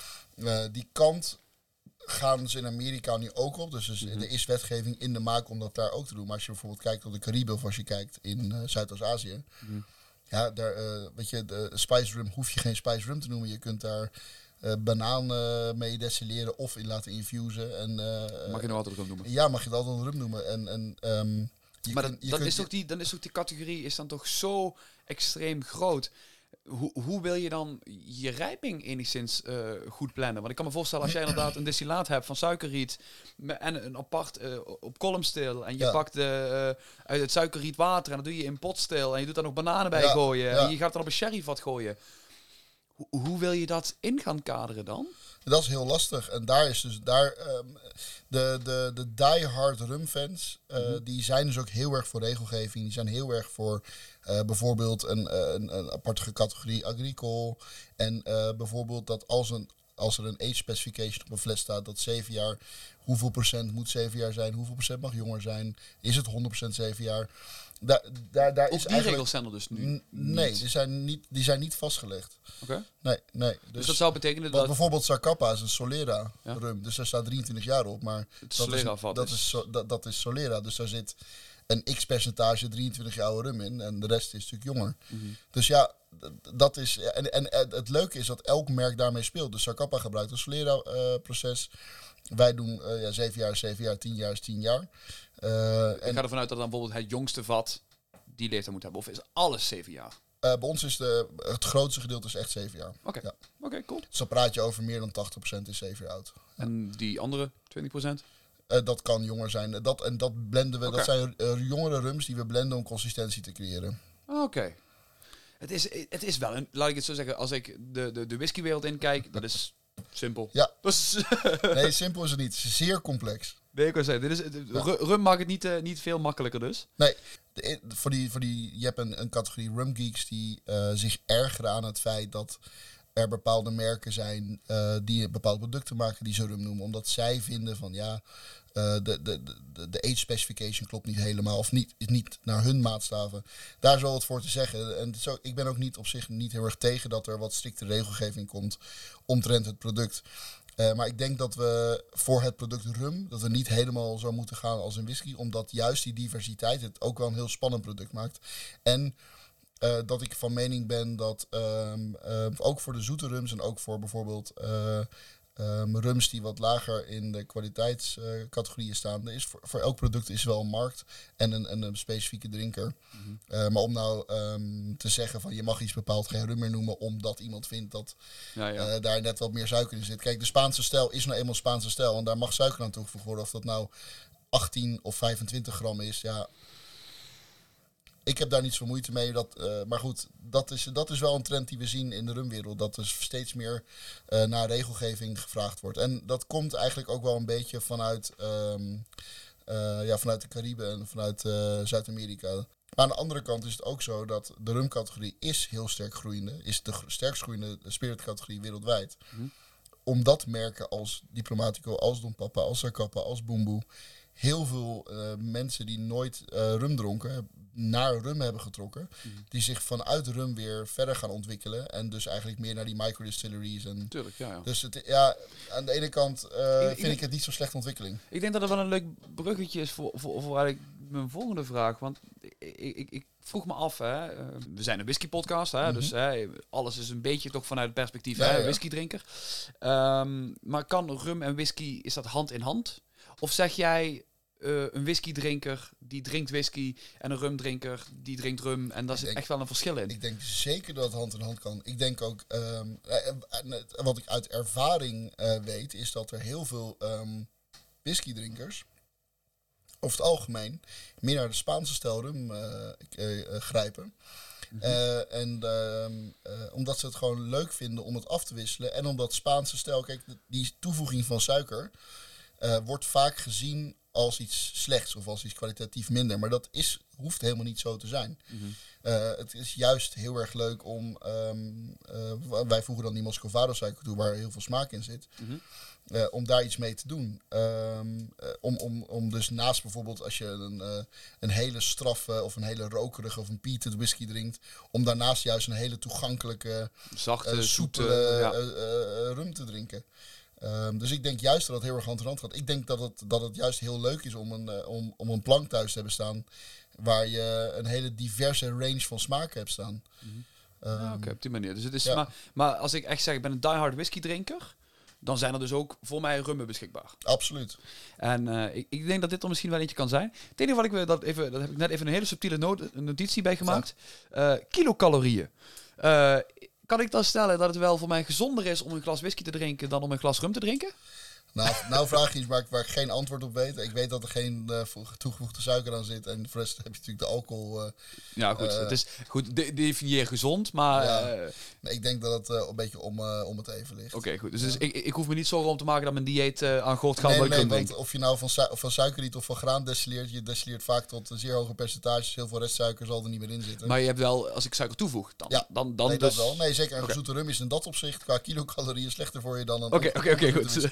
Speaker 2: Uh, die kant gaan ze in Amerika nu ook op. Dus, dus mm-hmm. er is wetgeving in de maak om dat daar ook te doen. Maar als je bijvoorbeeld kijkt op de Cariben of als je kijkt in uh, Zuidoost-Azië. Mm-hmm. Ja, daar, uh, weet je, de spice rum hoef je geen spice rum te noemen. Je kunt daar uh, banaan uh, mee destilleren of in laten infusen. En, uh,
Speaker 1: mag je nou altijd rum noemen?
Speaker 2: Ja, mag je het altijd rum noemen. En, en, um, je
Speaker 1: maar
Speaker 2: kun, je
Speaker 1: dan,
Speaker 2: kunt,
Speaker 1: is toch die, dan is toch die categorie is dan toch zo extreem groot. Hoe, hoe wil je dan je rijping enigszins uh, goed plannen? Want ik kan me voorstellen, als jij inderdaad een distillaat hebt van suikerriet en een apart uh, op kolmstil en je ja. pakt uh, uit het suikerriet water en dat doe je in potstil en je doet daar nog bananen bij ja. gooien ja. en je gaat dan op een sherryvat gooien. Ho- hoe wil je dat in gaan kaderen dan?
Speaker 2: Dat is heel lastig. En daar is dus daar um, de, de, de die-hard rumfans, uh, mm-hmm. die zijn dus ook heel erg voor regelgeving. Die zijn heel erg voor uh, bijvoorbeeld een, een, een aparte categorie agricole. En uh, bijvoorbeeld dat als, een, als er een age specification op een fles staat, dat zeven jaar, hoeveel procent moet zeven jaar zijn, hoeveel procent mag jonger zijn, is het honderd procent zeven jaar. Daar, daar, daar
Speaker 1: Op
Speaker 2: is
Speaker 1: die regels zijn er dus nu n-
Speaker 2: Nee, die zijn niet, die zijn niet vastgelegd.
Speaker 1: Oké. Okay.
Speaker 2: Nee, nee. Dus,
Speaker 1: dus dat zou betekenen dat...
Speaker 2: Bijvoorbeeld Zacapa is een Solera ja. rum. Dus daar staat drieëntwintig jaar op. Maar
Speaker 1: het
Speaker 2: dat, is, dat,
Speaker 1: is.
Speaker 2: Is so, dat, dat is Solera. Dus daar zit een x-percentage drieëntwintig jaar oude rum in. En de rest is natuurlijk jonger. Mm-hmm. Dus ja, dat is... En, en, en het leuke is dat elk merk daarmee speelt. Dus Zacapa gebruikt een Solera-proces. Uh, Wij doen uh, ja, zeven jaar, zeven jaar, tien jaar is tien jaar.
Speaker 1: Uh, Ik en ga ervan uit dat dan bijvoorbeeld het jongste vat die leeftijd moet hebben. Of is alles zeven jaar?
Speaker 2: Uh, bij ons is de, het grootste gedeelte is echt zeven jaar.
Speaker 1: Oké, okay. ja. okay, cool.
Speaker 2: Dus dan praat je over meer dan tachtig procent is zeven jaar oud. Ja.
Speaker 1: En die andere twintig procent?
Speaker 2: Uh, dat kan jonger zijn. Dat, en dat blenden we. Okay. Dat zijn uh, jongere rums die we blenden om consistentie te creëren.
Speaker 1: Oké. Okay. Het is, het is wel een, laat ik het zo zeggen, als ik de, de, de whiskywereld inkijk, dat is Simpel.
Speaker 2: Ja.
Speaker 1: Dus,
Speaker 2: nee, simpel is het niet. Het is zeer complex.
Speaker 1: Nee, ik wil zeggen, dit is, ja. Rum maakt het niet, uh, niet veel makkelijker dus.
Speaker 2: Nee, de, voor die, voor die, je hebt een, een categorie rumgeeks die uh, zich ergeren aan het feit dat er bepaalde merken zijn uh, die bepaalde producten maken die ze rum noemen. Omdat zij vinden van ja, uh, de, de, de, de age specification klopt niet helemaal. Of niet, is niet naar hun maatstaven. Daar is wel wat voor te zeggen. En zo, ik ben ook niet op zich niet heel erg tegen dat er wat strikte regelgeving komt omtrent het product. Uh, maar ik denk dat we voor het product rum, dat we niet helemaal zo moeten gaan als in whisky. Omdat juist die diversiteit het ook wel een heel spannend product maakt. En uh, dat ik van mening ben dat um, uh, ook voor de zoete rums en ook voor bijvoorbeeld uh, um, rums die wat lager in de kwaliteitscategorieën uh, staan. Er is voor, voor elk product is wel een markt en een, en een specifieke drinker. Mm-hmm. Uh, maar om nou um, te zeggen van je mag iets bepaald geen rum meer noemen omdat iemand vindt dat ja, ja. Uh, daar net wat meer suiker in zit. Kijk, de Spaanse stijl is nou eenmaal Spaanse stijl en daar mag suiker aan toegevoegd worden. Of dat nou achttien of vijfentwintig gram is, ja. Ik heb daar niet zoveel moeite mee. Dat, uh, maar goed, dat is, dat is wel een trend die we zien in de rumwereld. Dat er steeds meer uh, naar regelgeving gevraagd wordt. En dat komt eigenlijk ook wel een beetje vanuit, um, uh, ja, vanuit de Cariben en vanuit uh, Zuid-Amerika. Maar aan de andere kant is het ook zo dat de rumcategorie is heel sterk groeiende. Is de gro- sterkst groeiende spiritcategorie wereldwijd. Mm-hmm. Omdat merken als Diplomatico, als Don Papa, als Zacapa, als Boem Boem heel veel uh, mensen die nooit uh, rum dronken, naar rum hebben getrokken. Mm. Die zich vanuit rum weer verder gaan ontwikkelen. En dus eigenlijk meer naar die microdistilleries. En
Speaker 1: Tuurlijk, ja. ja.
Speaker 2: Dus het, ja, aan de ene kant uh, ik, vind ik, ik het niet zo'n slechte ontwikkeling.
Speaker 1: Ik denk dat het wel een leuk bruggetje is voor, voor, voor eigenlijk mijn volgende vraag. Want ik, ik, ik vroeg me af, hè, uh, we zijn een whisky podcast, hè, mm-hmm. dus hè, alles is een beetje toch vanuit het perspectief ja, hè, ja. whiskydrinker. Um, maar kan rum en whisky, is dat hand in hand? Of zeg jij uh, een whiskydrinker die drinkt whisky en een rumdrinker die drinkt rum en daar zit denk, echt wel een verschil in?
Speaker 2: Ik denk zeker dat het hand in hand kan. Ik denk ook, um, uh, wat ik uit ervaring uh, weet, is dat er heel veel um, whiskydrinkers over het algemeen meer naar de Spaanse stijl rum uh, uh, uh, grijpen. Mm-hmm. Uh, en uh, uh, omdat ze het gewoon leuk vinden om het af te wisselen. En omdat Spaanse stijl, kijk, die toevoeging van suiker uh, wordt vaak gezien als iets slechts of als iets kwalitatief minder. Maar dat is, hoeft helemaal niet zo te zijn. Mm-hmm. Uh, het is juist heel erg leuk om, um, uh, wij voegen dan die Moscovado suiker toe waar heel veel smaak in zit. Mm-hmm. Uh, om daar iets mee te doen. Um, uh, om, om, om dus naast bijvoorbeeld als je een, uh, een hele straffe of een hele rokerige of een peated whisky drinkt, om daarnaast juist een hele toegankelijke,
Speaker 1: zachte,
Speaker 2: uh, soepele ja. uh, uh, rum te drinken. Um, dus ik denk juist dat het heel erg hand in hand gaat. Ik denk dat het, dat het juist heel leuk is om een, uh, om, om een plank thuis te hebben staan waar je een hele diverse range van smaken hebt staan.
Speaker 1: Mm-hmm. Um, ja, Oké, okay, op die manier. Dus het is ja. maar, maar als ik echt zeg, ik ben een diehard whisky drinker, dan zijn er dus ook voor mij rummen beschikbaar.
Speaker 2: Absoluut.
Speaker 1: En uh, ik, ik denk dat dit er misschien wel eentje kan zijn. Het enige wat ik wil, dat even, dat heb ik net even een hele subtiele not- notitie bij gemaakt. Uh, kilocalorieën. Uh, kan ik dan stellen dat het wel voor mij gezonder is om een glas whisky te drinken dan om een glas rum te drinken?
Speaker 2: Nou, nou vraag je iets waar ik, waar ik geen antwoord op weet. Ik weet dat er geen uh, toegevoegde suiker aan zit. En voor de rest heb je natuurlijk de alcohol. Uh,
Speaker 1: ja, goed. Uh, het is goed. De, definieer gezond, maar.
Speaker 2: Ja,
Speaker 1: uh,
Speaker 2: nee, ik denk dat het uh, een beetje om, uh, om het even ligt.
Speaker 1: Oké, okay, goed. Dus, ja. dus ik, ik hoef me niet zorgen om te maken dat mijn dieet uh, aan gort gaat.
Speaker 2: Nee, nee, nee
Speaker 1: want
Speaker 2: of je nou van, su- van suikerriet of van graan destilleert, je destilleert vaak tot een zeer hoge percentages. Heel veel restsuiker zal er niet meer in zitten.
Speaker 1: Maar je hebt wel, als ik suiker toevoeg, dan.
Speaker 2: Ja,
Speaker 1: dan, dan
Speaker 2: nee,
Speaker 1: dus...
Speaker 2: dat wel. Nee, zeker. Een okay. zoete rum is in dat opzicht qua kilocalorieën slechter voor je dan een.
Speaker 1: Oké, oké, oké, goed.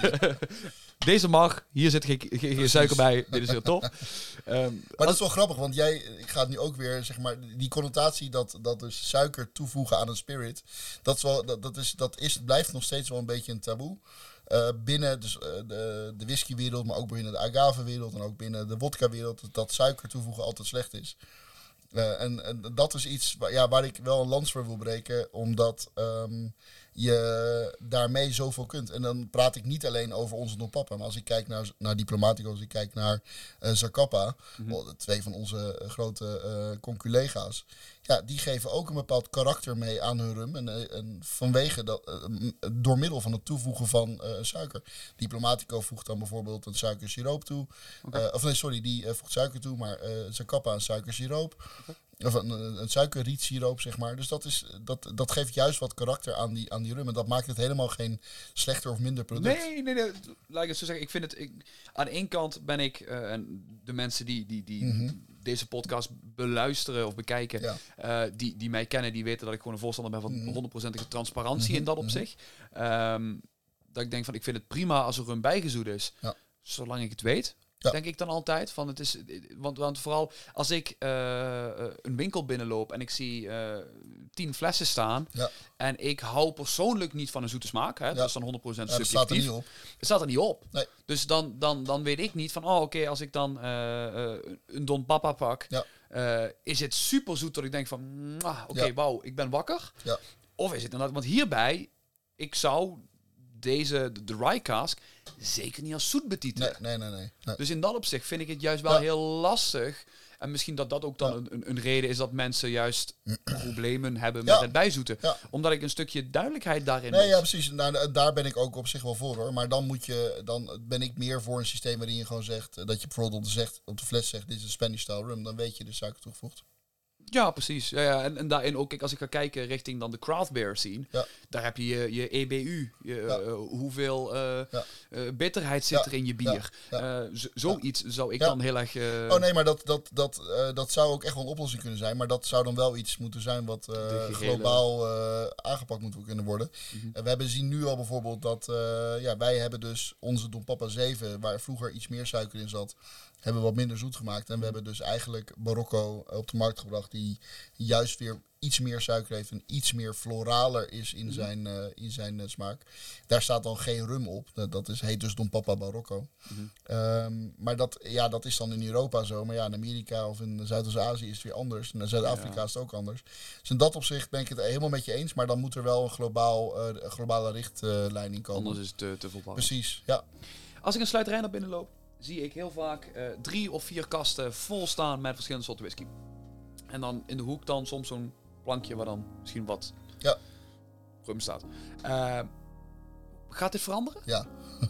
Speaker 1: Deze mag, hier zit geen, geen, geen suiker bij, dit is heel tof. Um,
Speaker 2: maar als... dat is wel grappig, want jij, ik ga het nu ook weer, zeg maar, die connotatie dat, dat dus suiker toevoegen aan een spirit, dat is wel, dat, dat is, dat is, blijft nog steeds wel een beetje een taboe. Uh, binnen dus, uh, de, de whiskywereld, maar ook binnen de agavewereld en ook binnen de wodka-wereld, dat, dat suiker toevoegen altijd slecht is. Uh, en, en dat is iets waar, ja, waar ik wel een lans voor wil breken, omdat um, je daarmee zoveel kunt. En dan praat ik niet alleen over onze Don Papa, maar als ik kijk naar, naar Diplomatico, als ik kijk naar uh, Zacapa, mm-hmm. oh, twee van onze uh, grote uh, conculega's, ja, die geven ook een bepaald karakter mee aan hun rum. En, en vanwege dat, uh, door middel van het toevoegen van uh, suiker. Diplomatico voegt dan bijvoorbeeld een suikersiroop toe. Okay. Uh, of nee, sorry, die uh, voegt suiker toe, maar uh, Zacapa een suikersiroop. Okay. Of een, een suikerrietsiroop, zeg maar. Dus dat, is, dat, dat geeft juist wat karakter aan die, aan die rum. En dat maakt het helemaal geen slechter of minder product.
Speaker 1: Nee, nee, nee. Laat ik het zo zeggen. Ik vind het... Ik, aan de ene kant ben ik... Uh, en de mensen die, die, die mm-hmm. deze podcast beluisteren of bekijken... Ja. Uh, die, die mij kennen, die weten dat ik gewoon een voorstander ben van mm-hmm. honderdprocentige transparantie mm-hmm. in dat opzicht. Um, dat ik denk van, ik vind het prima als er rum bijgezoet is. Ja. Zolang ik het weet... Ja. Denk ik dan altijd. Van het is, want, want vooral als ik uh, een winkel binnenloop en ik zie uh, tien flessen staan. Ja. En ik hou persoonlijk niet van een zoete smaak. Hè, ja. Dat is dan honderd procent subjectief. Ja, dat staat er niet op. Het staat er niet op. Nee. Dus dan, dan, dan weet ik niet van, oh oké, okay, als ik dan uh, uh, een Don Papa pak, ja. uh, is het super zoet dat ik denk van, oké, okay, ja. wauw, ik ben wakker. Ja. Of is het inderdaad, want hierbij, ik zou... deze, de, de rye cask, zeker niet als zoet betitelen.
Speaker 2: Nee, nee, nee, nee, nee.
Speaker 1: Dus in dat opzicht vind ik het juist wel ja. heel lastig. En misschien dat dat ook dan ja. een, een reden is dat mensen juist problemen hebben met ja. het bijzoeten. Ja. Omdat ik een stukje duidelijkheid daarin
Speaker 2: Nee, ja, precies. Nou, daar ben ik ook op zich wel voor, hoor. Maar dan moet je, dan ben ik meer voor een systeem waarin je gewoon zegt, dat je bijvoorbeeld op de, zegt, op de fles zegt, dit is een Spanish style rum. Dan weet je de suiker toegevoegd.
Speaker 1: Ja, precies. Ja, ja. En, en daarin ook, kijk, als ik ga kijken richting dan de craft beer scene, ja. daar heb je je, je E B U, je, ja. uh, hoeveel uh, ja. uh, bitterheid zit ja. er in je bier. Ja. Ja. Uh, z- zoiets ja. zou ik ja. dan heel erg... Uh...
Speaker 2: Oh nee, maar dat, dat, dat, uh, dat zou ook echt wel een oplossing kunnen zijn, maar dat zou dan wel iets moeten zijn wat uh, gehele... globaal uh, aangepakt moet kunnen worden. Mm-hmm. Uh, we hebben zien nu al bijvoorbeeld dat, uh, ja, wij hebben dus onze Don Papa zeven, waar vroeger iets meer suiker in zat, hebben we wat minder zoet gemaakt. En we hebben dus eigenlijk Barocco op de markt gebracht die juist weer iets meer suiker heeft en iets meer floraler is in zijn, uh, in zijn uh, smaak. Daar staat dan geen rum op. Dat, dat is, heet dus Don Papa Barocco. Mm-hmm. Um, maar dat, ja, dat is dan in Europa zo. Maar ja, in Amerika of in Zuidoost-Azië is het weer anders. En in Zuid-Afrika ja. is het ook anders. Dus in dat opzicht ben ik het helemaal met je eens. Maar dan moet er wel een, globaal, uh, een globale richtlijn in komen.
Speaker 1: Anders is het te, te volpakken.
Speaker 2: Precies, ja.
Speaker 1: Als ik een sluiterij naar binnen loop, zie ik heel vaak uh, drie of vier kasten vol staan met verschillende soorten whisky. En dan in de hoek dan soms zo'n plankje waar dan misschien wat
Speaker 2: ja.
Speaker 1: rum staat. Uh, gaat dit veranderen?
Speaker 2: Ja.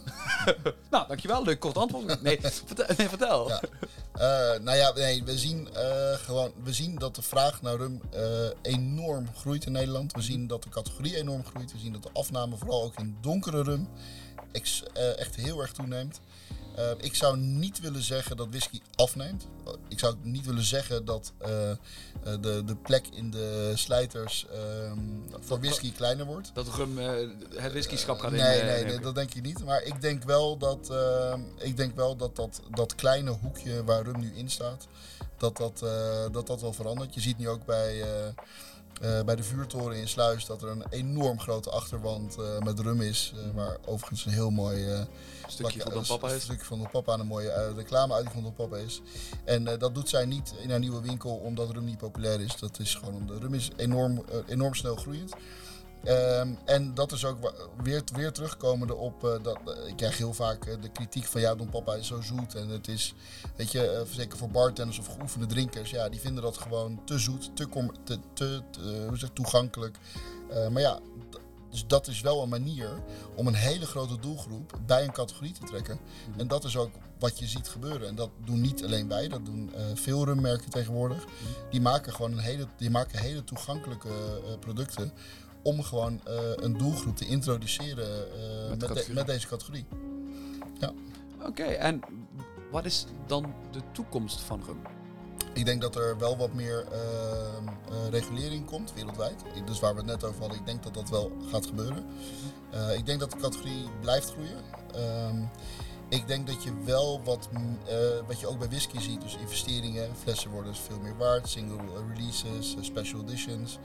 Speaker 1: Nou, dankjewel. Leuk kort antwoord. Nee, vertel. Nee, vertel.
Speaker 2: Ja. Uh, nou ja, nee, we zien uh, gewoon, we zien dat de vraag naar rum uh, enorm groeit in Nederland. We zien dat de categorie enorm groeit. We zien dat de afname vooral ook in donkere rum ex, uh, echt heel erg toeneemt. Uh, ik zou niet willen zeggen dat whisky afneemt. Ik zou niet willen zeggen dat uh, uh, de, de plek in de slijters um, voor whisky kleiner wordt.
Speaker 1: Dat rum uh, het whiskyschap gaat
Speaker 2: uh,
Speaker 1: in.
Speaker 2: Nee, nee, nee, nee, dat denk ik niet. Maar ik denk wel dat uh, ik denk wel dat, dat dat kleine hoekje waar rum nu in staat, dat dat, uh, dat, dat wel verandert. Je ziet nu ook bij... Uh, Uh, bij de vuurtoren in Sluis dat er een enorm grote achterwand uh, met rum is. Uh, waar overigens een heel mooi uh,
Speaker 1: stukje plak, van Don Papa is.
Speaker 2: Een stukje van Don Papa en een mooie uh, reclame uit van Don Papa is. En uh, dat doet zij niet in haar nieuwe winkel omdat rum niet populair is. Dat is gewoon omdat rum is enorm, uh, enorm snel groeiend. Um, en dat is ook wa- weer, weer terugkomende op, uh, dat, uh, ik krijg heel vaak uh, de kritiek van ja, Don Papa is zo zoet en het is, weet je, uh, zeker voor bartenders of geoefende drinkers, ja, die vinden dat gewoon te zoet, te, com- te, te, te uh, hoe zeg, toegankelijk. Uh, maar ja, d- dus dat is wel een manier om een hele grote doelgroep bij een categorie te trekken. Mm-hmm. En dat is ook wat je ziet gebeuren. En dat doen niet alleen wij, dat doen uh, veel rummerken tegenwoordig. Mm-hmm. Die maken gewoon een hele, die maken hele toegankelijke uh, producten. Om gewoon uh, een doelgroep te introduceren uh, met, de met, de, met deze categorie. Ja.
Speaker 1: Oké, okay, en wat is dan de toekomst van rum?
Speaker 2: Ik denk dat er wel wat meer uh, uh, regulering komt wereldwijd. Dus waar we het net over hadden, ik denk dat dat wel gaat gebeuren. Uh, ik denk dat de categorie blijft groeien. Um, Ik denk dat je wel wat, uh, wat je ook bij whisky ziet, dus investeringen, flessen worden dus veel meer waard, single releases, uh, special editions.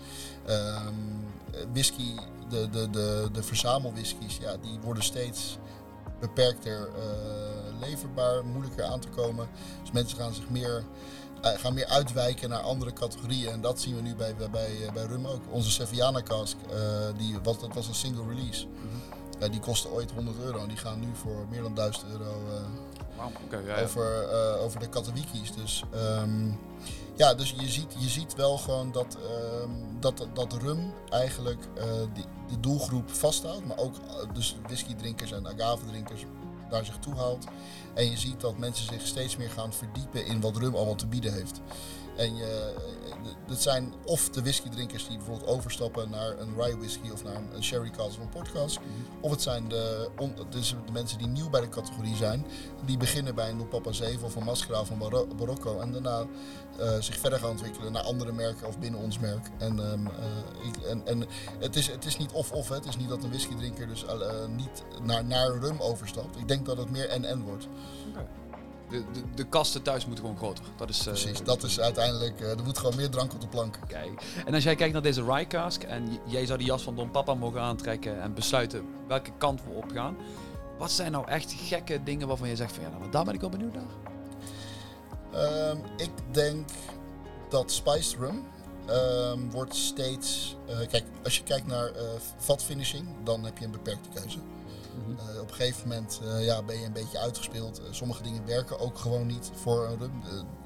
Speaker 2: Um, whisky, de, de, de, de verzamelwhiskies, ja, die worden steeds beperkter uh, leverbaar, moeilijker aan te komen. Dus mensen gaan zich meer, uh, gaan meer uitwijken naar andere categorieën en dat zien we nu bij, bij, bij, bij rum ook. Onze Sevillana cask, uh, die, was, dat was een single release. Mm-hmm. Ja, die kosten ooit honderd euro en die gaan nu voor meer dan duizend euro uh,
Speaker 1: wow, okay, ja, ja.
Speaker 2: Over, uh, over de Katowiki's. Dus, um, ja, dus je ziet, je ziet wel gewoon dat, um, dat, dat rum eigenlijk uh, die, de doelgroep vasthoudt. Maar ook uh, dus whiskydrinkers en agave-drinkers naar zich toe haalt. En je ziet dat mensen zich steeds meer gaan verdiepen in wat rum allemaal te bieden heeft. En je, dit zijn of de whiskydrinkers die bijvoorbeeld overstappen naar een rye whisky of naar een sherry cask of een port cask. Mm-hmm. Of het zijn de, on, dus de mensen die nieuw bij de categorie zijn. Die beginnen bij een Don Papa zeven of een Mascara of een Bar- Barocco. En daarna uh, zich verder gaan ontwikkelen naar andere merken of binnen ons merk. En, um, uh, ik, en, en het, is, het is niet of-of. Hè. Het is niet dat een whiskydrinker dus uh, niet naar, naar rum overstapt. Ik denk dat het meer en-en wordt.
Speaker 1: Okay. De, de, de kasten thuis moeten gewoon groter. Dat is, uh,
Speaker 2: Precies, dat is uiteindelijk, uh, er moet gewoon meer drank op de plank.
Speaker 1: Kijk. En als jij kijkt naar deze rye cask en j- jij zou die jas van Don Papa mogen aantrekken en besluiten welke kant we op gaan. Wat zijn nou echt gekke dingen waarvan je zegt van ja, nou, daar ben ik wel benieuwd naar?
Speaker 2: Um, ik denk dat spiced rum um, wordt steeds... Uh, kijk, als je kijkt naar uh, vatfinishing, dan heb je een beperkte keuze. Uh, op een gegeven moment uh, ja, ben je een beetje uitgespeeld. Uh, sommige dingen werken ook gewoon niet voor een rum.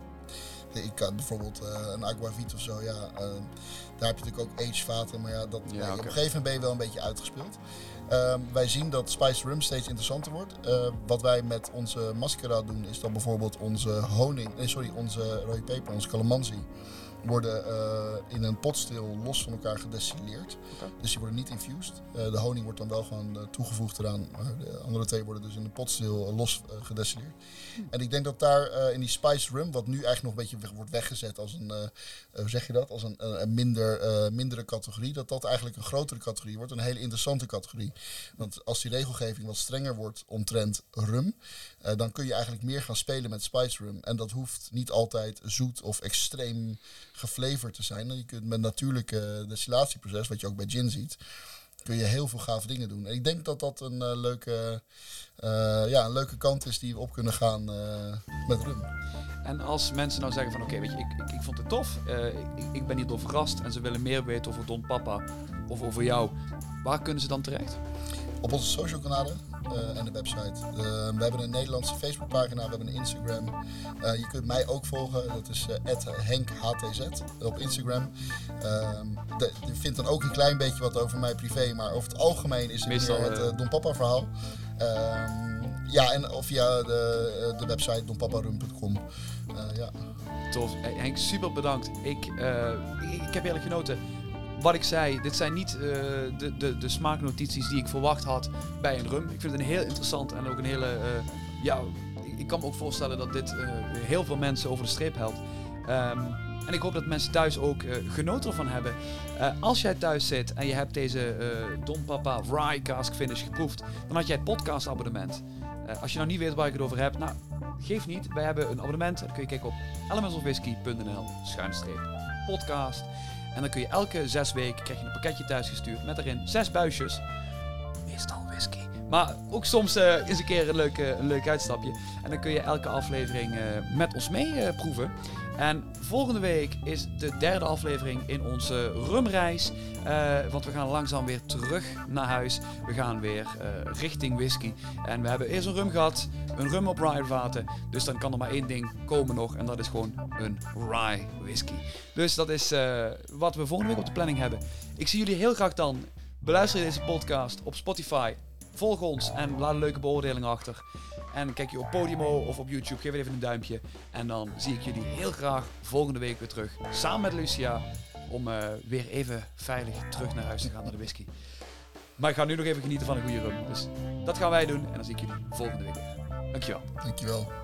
Speaker 2: Uh, ik kan bijvoorbeeld uh, een Aquavit of zo, ja, uh, daar heb je natuurlijk ook aged vaten, maar ja, dat,
Speaker 1: ja
Speaker 2: nee,
Speaker 1: okay.
Speaker 2: op een gegeven moment ben je wel een beetje uitgespeeld. Uh, wij zien dat spiced rum steeds interessanter wordt. Uh, wat wij met onze mascara doen, is dat bijvoorbeeld onze honing, nee, sorry, onze rode peper, onze calamansi, worden uh, in een potstil los van elkaar gedestilleerd. Okay. Dus die worden niet infused. Uh, de honing wordt dan wel gewoon uh, toegevoegd eraan. Maar de andere twee worden dus in een potstil uh, los uh, gedestilleerd. Hmm. En ik denk dat daar uh, in die spiced rum, wat nu eigenlijk nog een beetje weg, wordt weggezet als een, uh, uh, hoe zeg je dat, als een, uh, een minder, uh, mindere categorie, dat dat eigenlijk een grotere categorie wordt. Een hele interessante categorie. Want als die regelgeving wat strenger wordt omtrent rum, uh, dan kun je eigenlijk meer gaan spelen met spiced rum. En dat hoeft niet altijd zoet of extreem geflavored te zijn. En je kunt met natuurlijke destillatieproces, wat je ook bij gin ziet, kun je heel veel gave dingen doen. En ik denk dat dat een uh, leuke, uh, ja, een leuke kant is die we op kunnen gaan uh, met rum.
Speaker 1: En als mensen nou zeggen van oké, okay, weet je, ik, ik, ik vond het tof, uh, ik, ik ben hierdoor verrast en ze willen meer weten over Don Papa of over jou, waar kunnen ze dan terecht?
Speaker 2: Op onze social kanalen uh, en de website. Uh, we hebben een Nederlandse Facebookpagina, we hebben een Instagram. Uh, je kunt mij ook volgen, dat is uh, at henk h t z op Instagram. Uh, de, je vindt dan ook een klein beetje wat over mij privé, maar over het algemeen is het Meestal, meer het uh, Don Papa verhaal. Uh, ja, en of via de, de website don papa rum punt com. Uh, ja.
Speaker 1: Tof. Hey, Henk, super bedankt. Ik, uh, ik, ik heb eerlijk genoten. Wat ik zei, dit zijn niet uh, de, de, de smaaknotities die ik verwacht had bij een rum. Ik vind het een heel interessant en ook een hele... Uh, ja, ik, ik kan me ook voorstellen dat dit uh, heel veel mensen over de streep helpt. Um, en ik hoop dat mensen thuis ook uh, genoten ervan hebben. Uh, als jij thuis zit en je hebt deze uh, Don Papa Rye Cask Finish geproefd, dan had jij het podcast abonnement. Uh, als je nou niet weet waar ik het over heb, nou, geef niet. Wij hebben een abonnement. Dan kun je kijken op elementsofwhisky punt n l schuine streep podcast. En dan kun je elke zes weken krijg je een pakketje thuis gestuurd met erin zes buisjes. Meestal whisky. Maar ook soms uh, is een keer een leuk, uh, een leuk uitstapje. En dan kun je elke aflevering uh, met ons mee uh, proeven. En volgende week is de derde aflevering in onze rumreis. Uh, want we gaan langzaam weer terug naar huis. We gaan weer uh, richting whisky. En we hebben eerst een rum gehad. Een rum op rye vaten. Dus dan kan er maar één ding komen nog. En dat is gewoon een rye whisky. Dus dat is uh, wat we volgende week op de planning hebben. Ik zie jullie heel graag dan. Beluister deze podcast op Spotify. Volg ons en laat een leuke beoordeling achter. En kijk je op Podimo of op YouTube, geef even een duimpje. En dan zie ik jullie heel graag volgende week weer terug. Samen met Lucia. Om uh, weer even veilig terug naar huis te gaan naar de whisky. Maar ik ga nu nog even genieten van een goede rum. Dus dat gaan wij doen. En dan zie ik jullie volgende week weer. Dankjewel.
Speaker 2: Dankjewel.